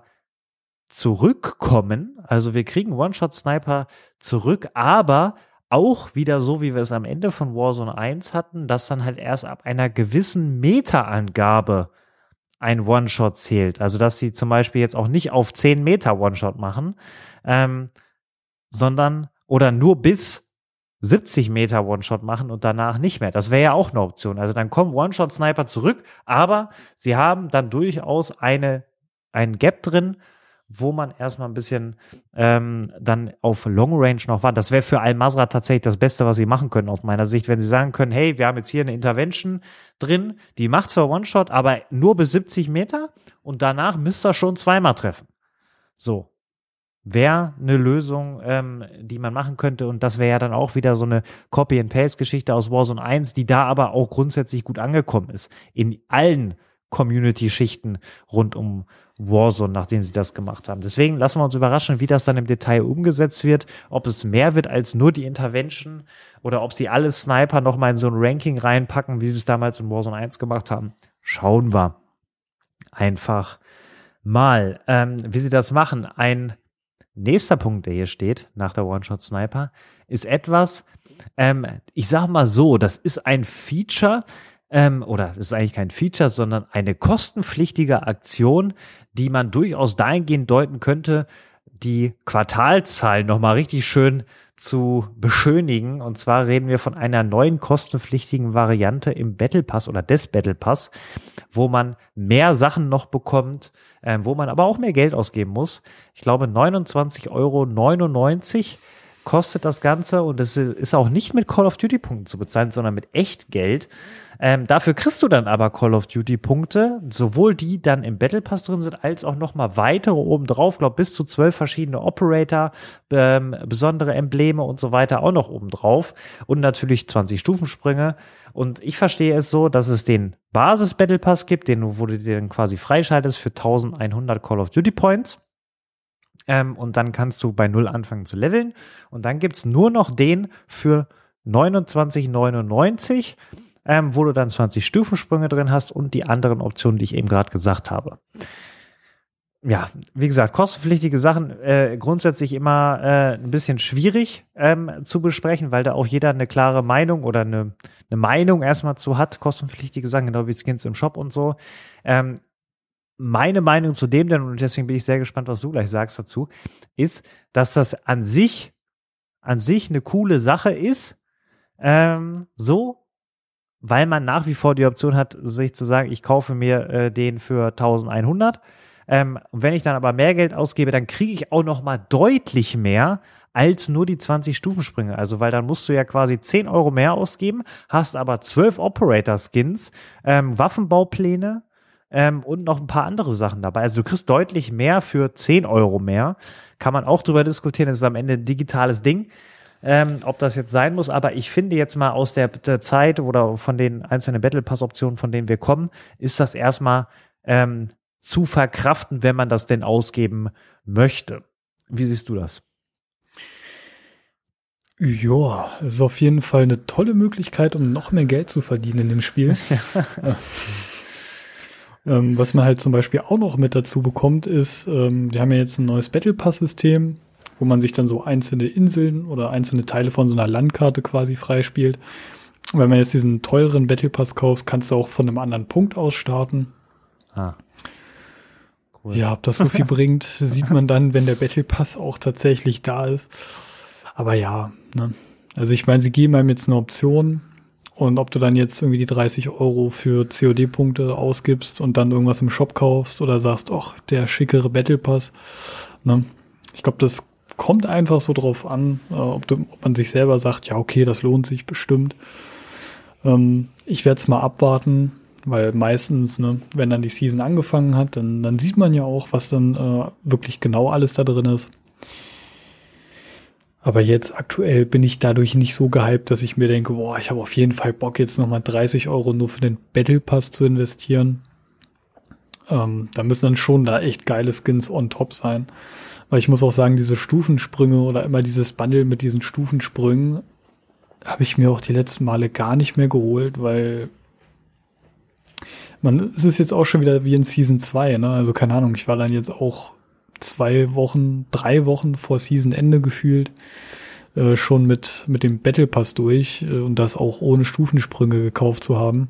zurückkommen. Also wir kriegen One-Shot-Sniper zurück, aber auch wieder so, wie wir es am Ende von Warzone eins hatten, dass dann halt erst ab einer gewissen Meterangabe ein One-Shot zählt. Also dass sie zum Beispiel jetzt auch nicht auf zehn Meter One-Shot machen, ähm, sondern oder nur bis siebzig Meter One-Shot machen und danach nicht mehr. Das wäre ja auch eine Option. Also dann kommen One-Shot-Sniper zurück, aber sie haben dann durchaus eine, einen Gap drin, wo man erstmal ein bisschen ähm, dann auf Long Range noch war. Das wäre für Al-Mazrah tatsächlich das Beste, was sie machen können aus meiner Sicht, wenn sie sagen können, hey, wir haben jetzt hier eine Intervention drin, die macht zwar One-Shot, aber nur bis siebzig Meter und danach müsst ihr schon zweimal treffen. So. wäre eine Lösung, ähm, die man machen könnte. Und das wäre ja dann auch wieder so eine Copy-and-Paste-Geschichte aus Warzone eins, die da aber auch grundsätzlich gut angekommen ist. In allen Community-Schichten rund um Warzone, nachdem sie das gemacht haben. Deswegen lassen wir uns überraschen, wie das dann im Detail umgesetzt wird, ob es mehr wird als nur die Intervention oder ob sie alle Sniper nochmal in so ein Ranking reinpacken, wie sie es damals in Warzone eins gemacht haben. Schauen wir einfach mal, ähm, wie sie das machen. Ein nächster Punkt, der hier steht, nach der One-Shot-Sniper, ist etwas, ähm, ich sag mal so, das ist ein Feature, ähm, oder das ist eigentlich kein Feature, sondern eine kostenpflichtige Aktion, die man durchaus dahingehend deuten könnte, die Quartalzahlen nochmal richtig schön zu beschönigen. Und zwar reden wir von einer neuen kostenpflichtigen Variante im Battle Pass oder des Battle Pass, wo man mehr Sachen noch bekommt, äh, wo man aber auch mehr Geld ausgeben muss. Ich glaube neunundzwanzig Euro neunundneunzig kostet das Ganze und es ist auch nicht mit Call of Duty Punkten zu bezahlen, sondern mit Echtgeld. Ähm, dafür kriegst du dann aber Call of Duty Punkte, sowohl die dann im Battle Pass drin sind, als auch nochmal weitere obendrauf, glaube bis zu zwölf verschiedene Operator, ähm, besondere Embleme und so weiter auch noch obendrauf und natürlich zwanzig Stufensprünge. Und ich verstehe es so, dass es den Basis Battle Pass gibt, den wo du dir dann quasi freischaltest für eintausendeinhundert Call of Duty Points. Ähm, und dann kannst du bei null anfangen zu leveln. Und dann gibt's nur noch den für neunundzwanzig neunundneunzig, ähm, wo du dann zwanzig Stufensprünge drin hast und die anderen Optionen, die ich eben gerade gesagt habe. Ja, wie gesagt, kostenpflichtige Sachen äh, grundsätzlich immer äh, ein bisschen schwierig ähm, zu besprechen, weil da auch jeder eine klare Meinung oder eine, eine Meinung erstmal zu hat. Kostenpflichtige Sachen, genau wie Skins im Shop und so. Ähm, Meine Meinung zu dem denn, und deswegen bin ich sehr gespannt, was du gleich sagst dazu, ist, dass das an sich, an sich eine coole Sache ist, ähm, so, weil man nach wie vor die Option hat, sich zu sagen, ich kaufe mir äh, den für eintausendeinhundert. Ähm, und wenn ich dann aber mehr Geld ausgebe, dann kriege ich auch noch mal deutlich mehr als nur die zwanzig Stufensprünge. Also, weil dann musst du ja quasi zehn Euro mehr ausgeben, hast aber zwölf Operator-Skins, ähm, Waffenbaupläne, Ähm, und noch ein paar andere Sachen dabei. Also du kriegst deutlich mehr für zehn Euro mehr. Kann man auch drüber diskutieren. Das ist am Ende ein digitales Ding, ähm, ob das jetzt sein muss. Aber ich finde jetzt mal aus der, der Zeit oder von den einzelnen Battle Pass Optionen, von denen wir kommen, ist das erstmal ähm, zu verkraften, wenn man das denn ausgeben möchte. Wie siehst du das? Ja, es ist auf jeden Fall eine tolle Möglichkeit, um noch mehr Geld zu verdienen in dem Spiel. Ja. Ähm, was man halt zum Beispiel auch noch mit dazu bekommt, ist, ähm, wir haben ja jetzt ein neues Battle Pass-System, wo man sich dann so einzelne Inseln oder einzelne Teile von so einer Landkarte quasi freispielt. Und wenn man jetzt diesen teuren Battle Pass kauft, kannst du auch von einem anderen Punkt aus starten. Ah. Cool. Ja, ob das so viel bringt, sieht man dann, wenn der Battle Pass auch tatsächlich da ist. Aber ja, ne. Also ich meine, sie geben einem jetzt eine Option. Und ob du dann jetzt irgendwie die dreißig Euro für C O D-Punkte ausgibst und dann irgendwas im Shop kaufst oder sagst, ach, der schickere Battle Pass. Ne? Ich glaube, das kommt einfach so drauf an, äh, ob, du, ob man sich selber sagt, ja, okay, das lohnt sich bestimmt. Ähm, ich werde es mal abwarten, weil meistens, ne, wenn dann die Season angefangen hat, dann, dann sieht man ja auch, was dann äh, wirklich genau alles da drin ist. Aber jetzt aktuell bin ich dadurch nicht so gehypt, dass ich mir denke, boah, ich habe auf jeden Fall Bock, jetzt nochmal dreißig Euro nur für den Battle Pass zu investieren. Ähm, da müssen dann schon da echt geile Skins on top sein. Weil ich muss auch sagen, diese Stufensprünge oder immer dieses Bundle mit diesen Stufensprüngen habe ich mir auch die letzten Male gar nicht mehr geholt, weil man, es ist jetzt auch schon wieder wie in Season zwei, ne? Also keine Ahnung, ich war dann jetzt auch zwei Wochen, drei Wochen vor Season-Ende gefühlt äh, schon mit mit dem Battle Pass durch äh, und das auch ohne Stufensprünge gekauft zu haben.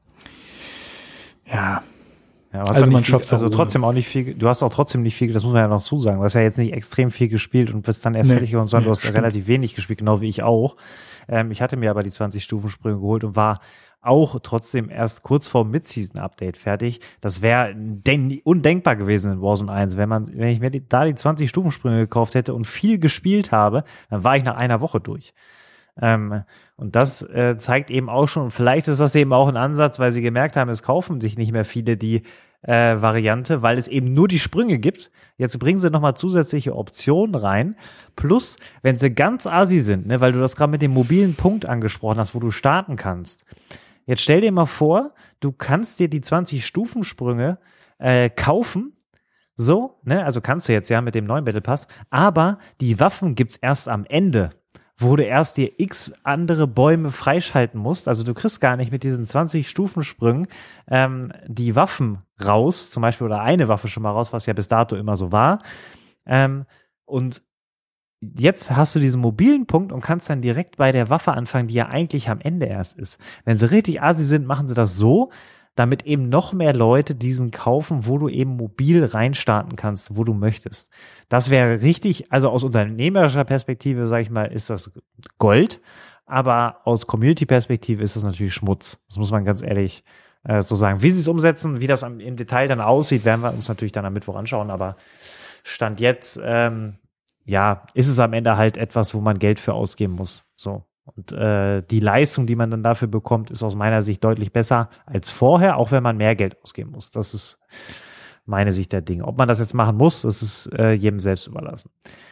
Ja, ja also man schafft es also trotzdem auch nicht viel. Du hast auch trotzdem nicht viel, das muss man ja noch zusagen. Du hast ja jetzt nicht extrem viel gespielt und bist dann erst nee, fertig geworden, sondern nee, du hast stimmt. relativ wenig gespielt, genau wie ich auch. Ähm, ich hatte mir aber die zwanzig Stufensprünge geholt und war auch trotzdem erst kurz vor Mid-Season-Update fertig. Das wäre denk- undenkbar gewesen in Warzone eins. Wenn man, wenn ich mir die, da die zwanzig Stufensprünge gekauft hätte und viel gespielt habe, dann war ich nach einer Woche durch. Ähm, und das äh, zeigt eben auch schon, und vielleicht ist das eben auch ein Ansatz, weil sie gemerkt haben, es kaufen sich nicht mehr viele, die äh, Variante, weil es eben nur die Sprünge gibt. Jetzt bringen sie nochmal zusätzliche Optionen rein. Plus, wenn sie ganz assi sind, ne, weil du das gerade mit dem mobilen Punkt angesprochen hast, wo du starten kannst. Jetzt stell dir mal vor, du kannst dir die zwanzig Stufensprünge äh, kaufen. So, ne, also kannst du jetzt ja mit dem neuen Battle Pass, aber die Waffen gibt's erst am Ende, wo du erst dir x andere Bäume freischalten musst. Also du kriegst gar nicht mit diesen zwanzig Stufensprüngen ähm, die Waffen raus, zum Beispiel, oder eine Waffe schon mal raus, was ja bis dato immer so war. Ähm, und jetzt hast du diesen mobilen Punkt und kannst dann direkt bei der Waffe anfangen, die ja eigentlich am Ende erst ist. Wenn sie richtig assi sind, machen sie das so, damit eben noch mehr Leute diesen kaufen, wo du eben mobil reinstarten kannst, wo du möchtest. Das wäre richtig, also aus unternehmerischer Perspektive, sage ich mal, ist das Gold, aber aus Community-Perspektive ist das natürlich Schmutz. Das muss man ganz ehrlich äh, so sagen. Wie sie es umsetzen, wie das am, im Detail dann aussieht, werden wir uns natürlich dann am Mittwoch anschauen, aber Stand jetzt, ähm, ja, ist es am Ende halt etwas, wo man Geld für ausgeben muss. So. Und äh, die Leistung, die man dann dafür bekommt, ist aus meiner Sicht deutlich besser als vorher, auch wenn man mehr Geld ausgeben muss. Das ist meine Sicht der Dinge. Ob man das jetzt machen muss, das ist äh, jedem selbst überlassen.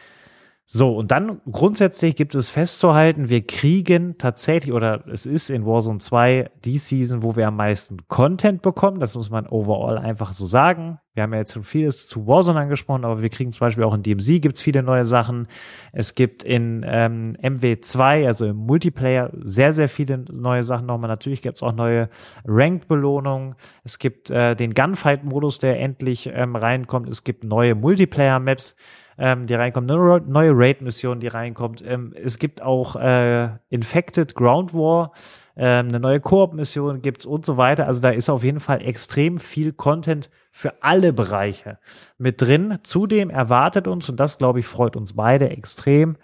So, und dann grundsätzlich gibt es festzuhalten, wir kriegen tatsächlich, oder es ist in Warzone zwei die Season, wo wir am meisten Content bekommen. Das muss man overall einfach so sagen. Wir haben ja jetzt schon vieles zu Warzone angesprochen, aber wir kriegen zum Beispiel auch in D M Z gibt's viele neue Sachen. Es gibt in ähm, M W zwei, also im Multiplayer, sehr, sehr viele neue Sachen nochmal. Natürlich gibt's auch neue Ranked-Belohnungen. Es gibt äh, den Gunfight-Modus, der endlich ähm, reinkommt. Es gibt neue Multiplayer-Maps, Ähm, die reinkommt, eine neue Raid-Mission, die reinkommt. Ähm, es gibt auch äh, Infected Ground War, ähm, eine neue Koop-Mission gibt's und so weiter. Also da ist auf jeden Fall extrem viel Content für alle Bereiche mit drin. Zudem erwartet uns, und das, glaube ich, freut uns beide extrem,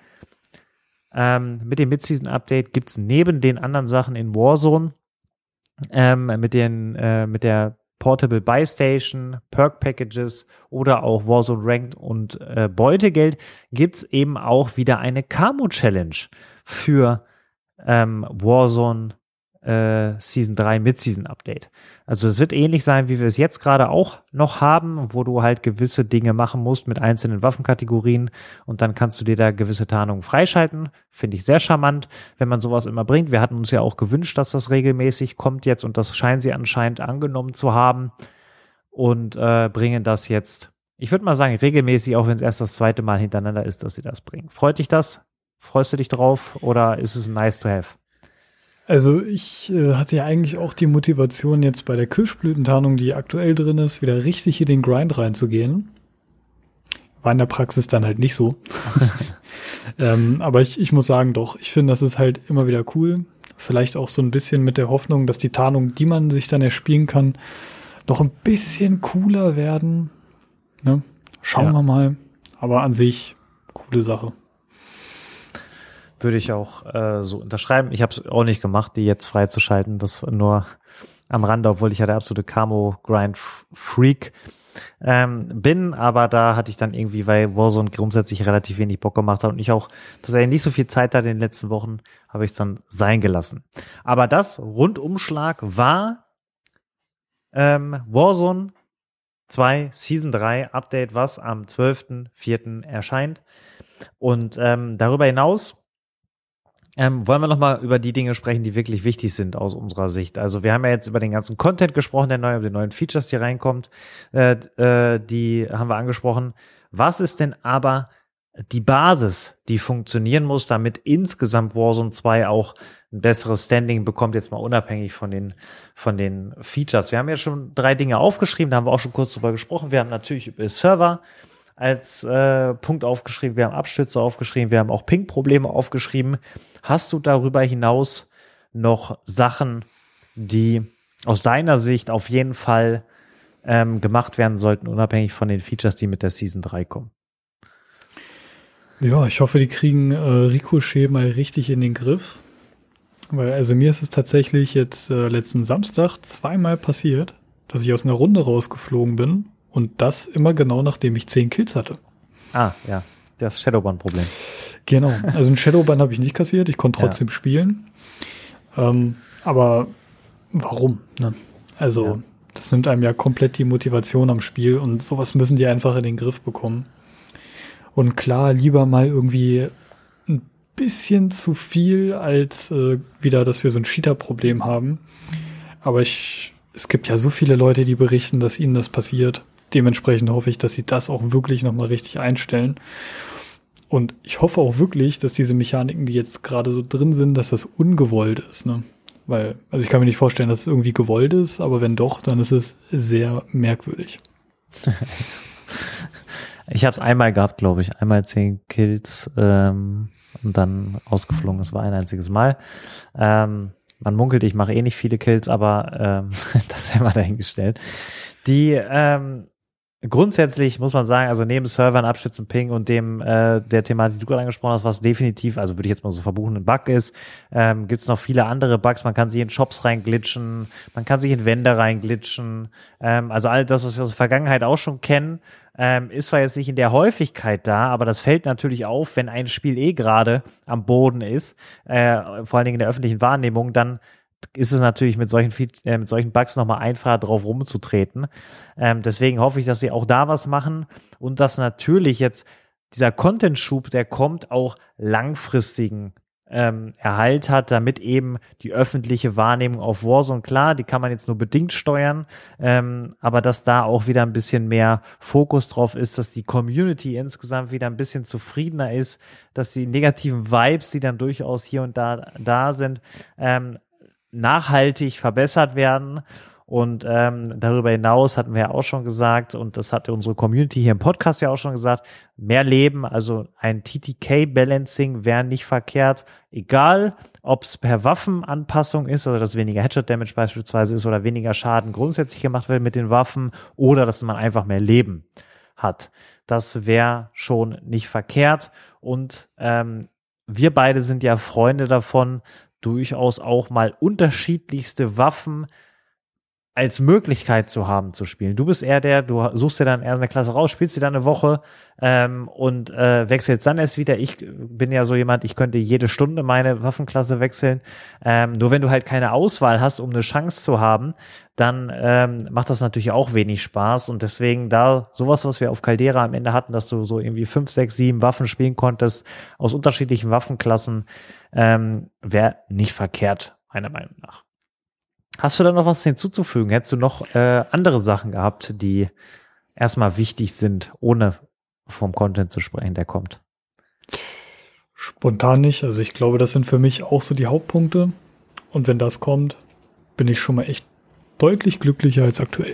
ähm, mit dem Mid-Season-Update gibt's neben den anderen Sachen in Warzone ähm, mit den äh, mit der Portable Buy Station, Perk Packages oder auch Warzone Ranked und äh, Beutegeld gibt's eben auch wieder eine Camo Challenge für ähm, Warzone äh, Season drei Mid-Season Update. Also es wird ähnlich sein, wie wir es jetzt gerade auch noch haben, wo du halt gewisse Dinge machen musst mit einzelnen Waffenkategorien und dann kannst du dir da gewisse Tarnungen freischalten. Finde ich sehr charmant, wenn man sowas immer bringt. Wir hatten uns ja auch gewünscht, dass das regelmäßig kommt jetzt und das scheinen sie anscheinend angenommen zu haben und äh, bringen das jetzt, ich würde mal sagen, regelmäßig, auch wenn es erst das zweite Mal hintereinander ist, dass sie das bringen. Freut dich das? Freust du dich drauf oder ist es nice to have? Also ich äh, hatte ja eigentlich auch die Motivation, jetzt bei der Kirschblütentarnung, die aktuell drin ist, wieder richtig in den Grind reinzugehen. War in der Praxis dann halt nicht so. ähm, aber ich, ich muss sagen, doch, ich finde, das ist halt immer wieder cool. Vielleicht auch so ein bisschen mit der Hoffnung, dass die Tarnungen, die man sich dann erspielen kann, noch ein bisschen cooler werden. Ne? Schauen ja. wir mal. Aber an sich, coole Sache. Würde ich auch äh, so unterschreiben. Ich habe es auch nicht gemacht, die jetzt freizuschalten. Das nur am Rande, obwohl ich ja der absolute Camo-Grind-Freak ähm, bin. Aber da hatte ich dann irgendwie, weil Warzone grundsätzlich relativ wenig Bock gemacht hat und ich auch tatsächlich nicht so viel Zeit hatte in den letzten Wochen, habe ich es dann sein gelassen. Aber das Rundumschlag war ähm, Warzone zwei Season drei Update, was am zwölften vierten erscheint. Und ähm, darüber hinaus Ähm, wollen wir nochmal über die Dinge sprechen, die wirklich wichtig sind aus unserer Sicht. Also wir haben ja jetzt über den ganzen Content gesprochen, der neu, über die neuen Features, die reinkommt, äh, äh, die haben wir angesprochen. Was ist denn aber die Basis, die funktionieren muss, damit insgesamt Warzone zwei auch ein besseres Standing bekommt, jetzt mal unabhängig von den, von den Features? Wir haben ja schon drei Dinge aufgeschrieben, da haben wir auch schon kurz drüber gesprochen. Wir haben natürlich über Server als äh, Punkt aufgeschrieben, wir haben Abstürze aufgeschrieben, wir haben auch Ping-Probleme aufgeschrieben. Hast du darüber hinaus noch Sachen, die aus deiner Sicht auf jeden Fall ähm, gemacht werden sollten, unabhängig von den Features, die mit der Season drei kommen? Ja, ich hoffe, die kriegen äh, Ricochet mal richtig in den Griff. Weil, also mir ist es tatsächlich jetzt äh, letzten Samstag zweimal passiert, dass ich aus einer Runde rausgeflogen bin. Und das immer genau, nachdem ich zehn Kills hatte. Ah, ja, das Shadowban-Problem. Genau, also ein Shadowban habe ich nicht kassiert, ich konnte trotzdem ja. spielen. Ähm, aber warum? Ne? Also, ja. Das nimmt einem ja komplett die Motivation am Spiel und sowas müssen die einfach in den Griff bekommen. Und klar, lieber mal irgendwie ein bisschen zu viel, als äh, wieder, dass wir so ein Cheater-Problem haben. Aber ich, es gibt ja so viele Leute, die berichten, dass ihnen das passiert. Dementsprechend hoffe ich, dass sie das auch wirklich nochmal richtig einstellen. Und ich hoffe auch wirklich, dass diese Mechaniken, die jetzt gerade so drin sind, dass das ungewollt ist, ne? Weil, also ich kann mir nicht vorstellen, dass es irgendwie gewollt ist, aber wenn doch, dann ist es sehr merkwürdig. Ich habe es einmal gehabt, glaube ich. Einmal zehn Kills ähm, und dann ausgeflogen. Das war ein einziges Mal. Ähm, man munkelt, ich mache eh nicht viele Kills, aber ähm, das ist ja mal dahingestellt. Die ähm, Grundsätzlich muss man sagen, also neben Servern, Abstürzen, Ping und dem äh, der Thematik, die du gerade angesprochen hast, was definitiv, also würde ich jetzt mal so verbuchen, ein Bug ist, ähm, gibt es noch viele andere Bugs. Man kann sich in Shops reinglitschen, man kann sich in Wände reinglitschen. Ähm, also all das, was wir aus der Vergangenheit auch schon kennen, ähm, ist zwar jetzt nicht in der Häufigkeit da, aber das fällt natürlich auf, wenn ein Spiel eh gerade am Boden ist, äh, vor allen Dingen in der öffentlichen Wahrnehmung, dann ist es natürlich mit solchen, äh, mit solchen Bugs nochmal einfacher drauf rumzutreten. Ähm, deswegen hoffe ich, dass sie auch da was machen und dass natürlich jetzt dieser Content-Schub, der kommt, auch langfristigen ähm, Erhalt hat, damit eben die öffentliche Wahrnehmung auf Warzone, klar, die kann man jetzt nur bedingt steuern, ähm, aber dass da auch wieder ein bisschen mehr Fokus drauf ist, dass die Community insgesamt wieder ein bisschen zufriedener ist, dass die negativen Vibes, die dann durchaus hier und da da sind, ähm, nachhaltig verbessert werden. Und ähm, darüber hinaus hatten wir ja auch schon gesagt, und das hatte unsere Community hier im Podcast ja auch schon gesagt, mehr Leben, also ein T T K-Balancing wäre nicht verkehrt, egal ob es per Waffenanpassung ist, also dass weniger Headshot-Damage beispielsweise ist oder weniger Schaden grundsätzlich gemacht wird mit den Waffen oder dass man einfach mehr Leben hat. Das wäre schon nicht verkehrt. Und ähm, wir beide sind ja Freunde davon, durchaus auch mal unterschiedlichste Waffen als Möglichkeit zu haben, zu spielen. Du bist eher der, du suchst dir dann eher eine Klasse raus, spielst sie dann eine Woche ähm, und äh, wechselst dann erst wieder. Ich bin ja so jemand, ich könnte jede Stunde meine Waffenklasse wechseln. Ähm, nur wenn du halt keine Auswahl hast, um eine Chance zu haben, dann ähm, macht das natürlich auch wenig Spaß. Und deswegen da sowas, was wir auf Caldera am Ende hatten, dass du so irgendwie fünf, sechs, sieben Waffen spielen konntest aus unterschiedlichen Waffenklassen, ähm, wäre nicht verkehrt, meiner Meinung nach. Hast du da noch was hinzuzufügen? Hättest du noch äh, andere Sachen gehabt, die erstmal wichtig sind, ohne vom Content zu sprechen, der kommt? Spontan nicht. Also ich glaube, das sind für mich auch so die Hauptpunkte. Und wenn das kommt, bin ich schon mal echt deutlich glücklicher als aktuell.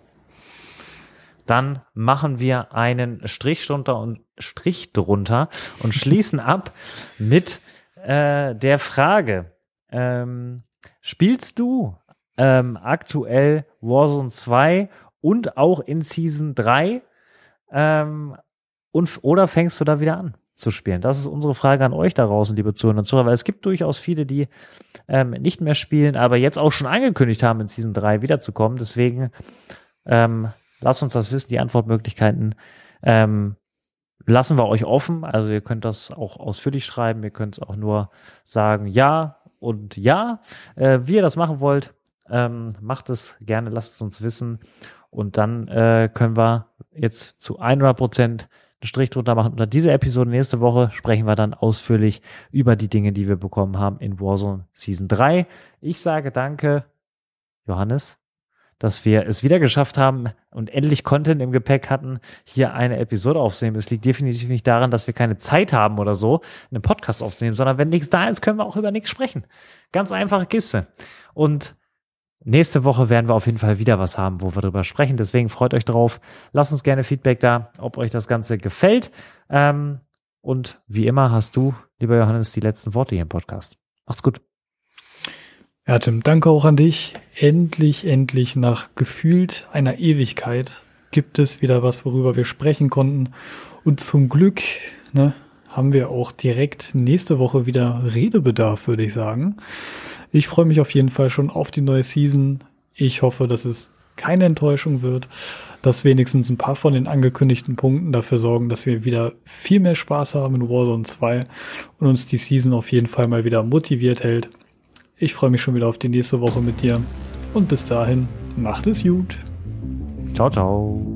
Dann machen wir einen Strich drunter und Strich drunter und schließen ab mit äh, der Frage, ähm, spielst du ähm, aktuell Warzone zwei und auch in Season drei ähm, und, oder fängst du da wieder an zu spielen? Das ist unsere Frage an euch da draußen, liebe Zuhörer und Zuhörer, weil es gibt durchaus viele, die ähm, nicht mehr spielen, aber jetzt auch schon angekündigt haben, in Season drei wiederzukommen. Deswegen ähm, lasst uns das wissen, die Antwortmöglichkeiten ähm, lassen wir euch offen. Also ihr könnt das auch ausführlich schreiben, ihr könnt es auch nur sagen ja und ja, äh, wie ihr das machen wollt. Ähm, macht es gerne, lasst es uns wissen und dann äh, können wir jetzt zu hundert Prozent einen Strich drunter machen. Unter dieser Episode nächste Woche sprechen wir dann ausführlich über die Dinge, die wir bekommen haben in Warzone Season drei. Ich sage danke, Johannes, dass wir es wieder geschafft haben und endlich Content im Gepäck hatten, hier eine Episode aufzunehmen. Es liegt definitiv nicht daran, dass wir keine Zeit haben oder so, einen Podcast aufzunehmen, sondern wenn nichts da ist, können wir auch über nichts sprechen. Ganz einfache Kiste. Und nächste Woche werden wir auf jeden Fall wieder was haben, wo wir drüber sprechen. Deswegen freut euch drauf. Lasst uns gerne Feedback da, ob euch das Ganze gefällt. Ähm, und wie immer hast du, lieber Johannes, die letzten Worte hier im Podcast. Macht's gut. Ja, Tim, danke auch an dich. Endlich, endlich nach gefühlt einer Ewigkeit gibt es wieder was, worüber wir sprechen konnten. Und zum Glück, ne, haben wir auch direkt nächste Woche wieder Redebedarf, würde ich sagen. Ich freue mich auf jeden Fall schon auf die neue Season. Ich hoffe, dass es keine Enttäuschung wird, dass wenigstens ein paar von den angekündigten Punkten dafür sorgen, dass wir wieder viel mehr Spaß haben in Warzone zwei und uns die Season auf jeden Fall mal wieder motiviert hält. Ich freue mich schon wieder auf die nächste Woche mit dir und bis dahin, Macht es gut. Ciao, ciao.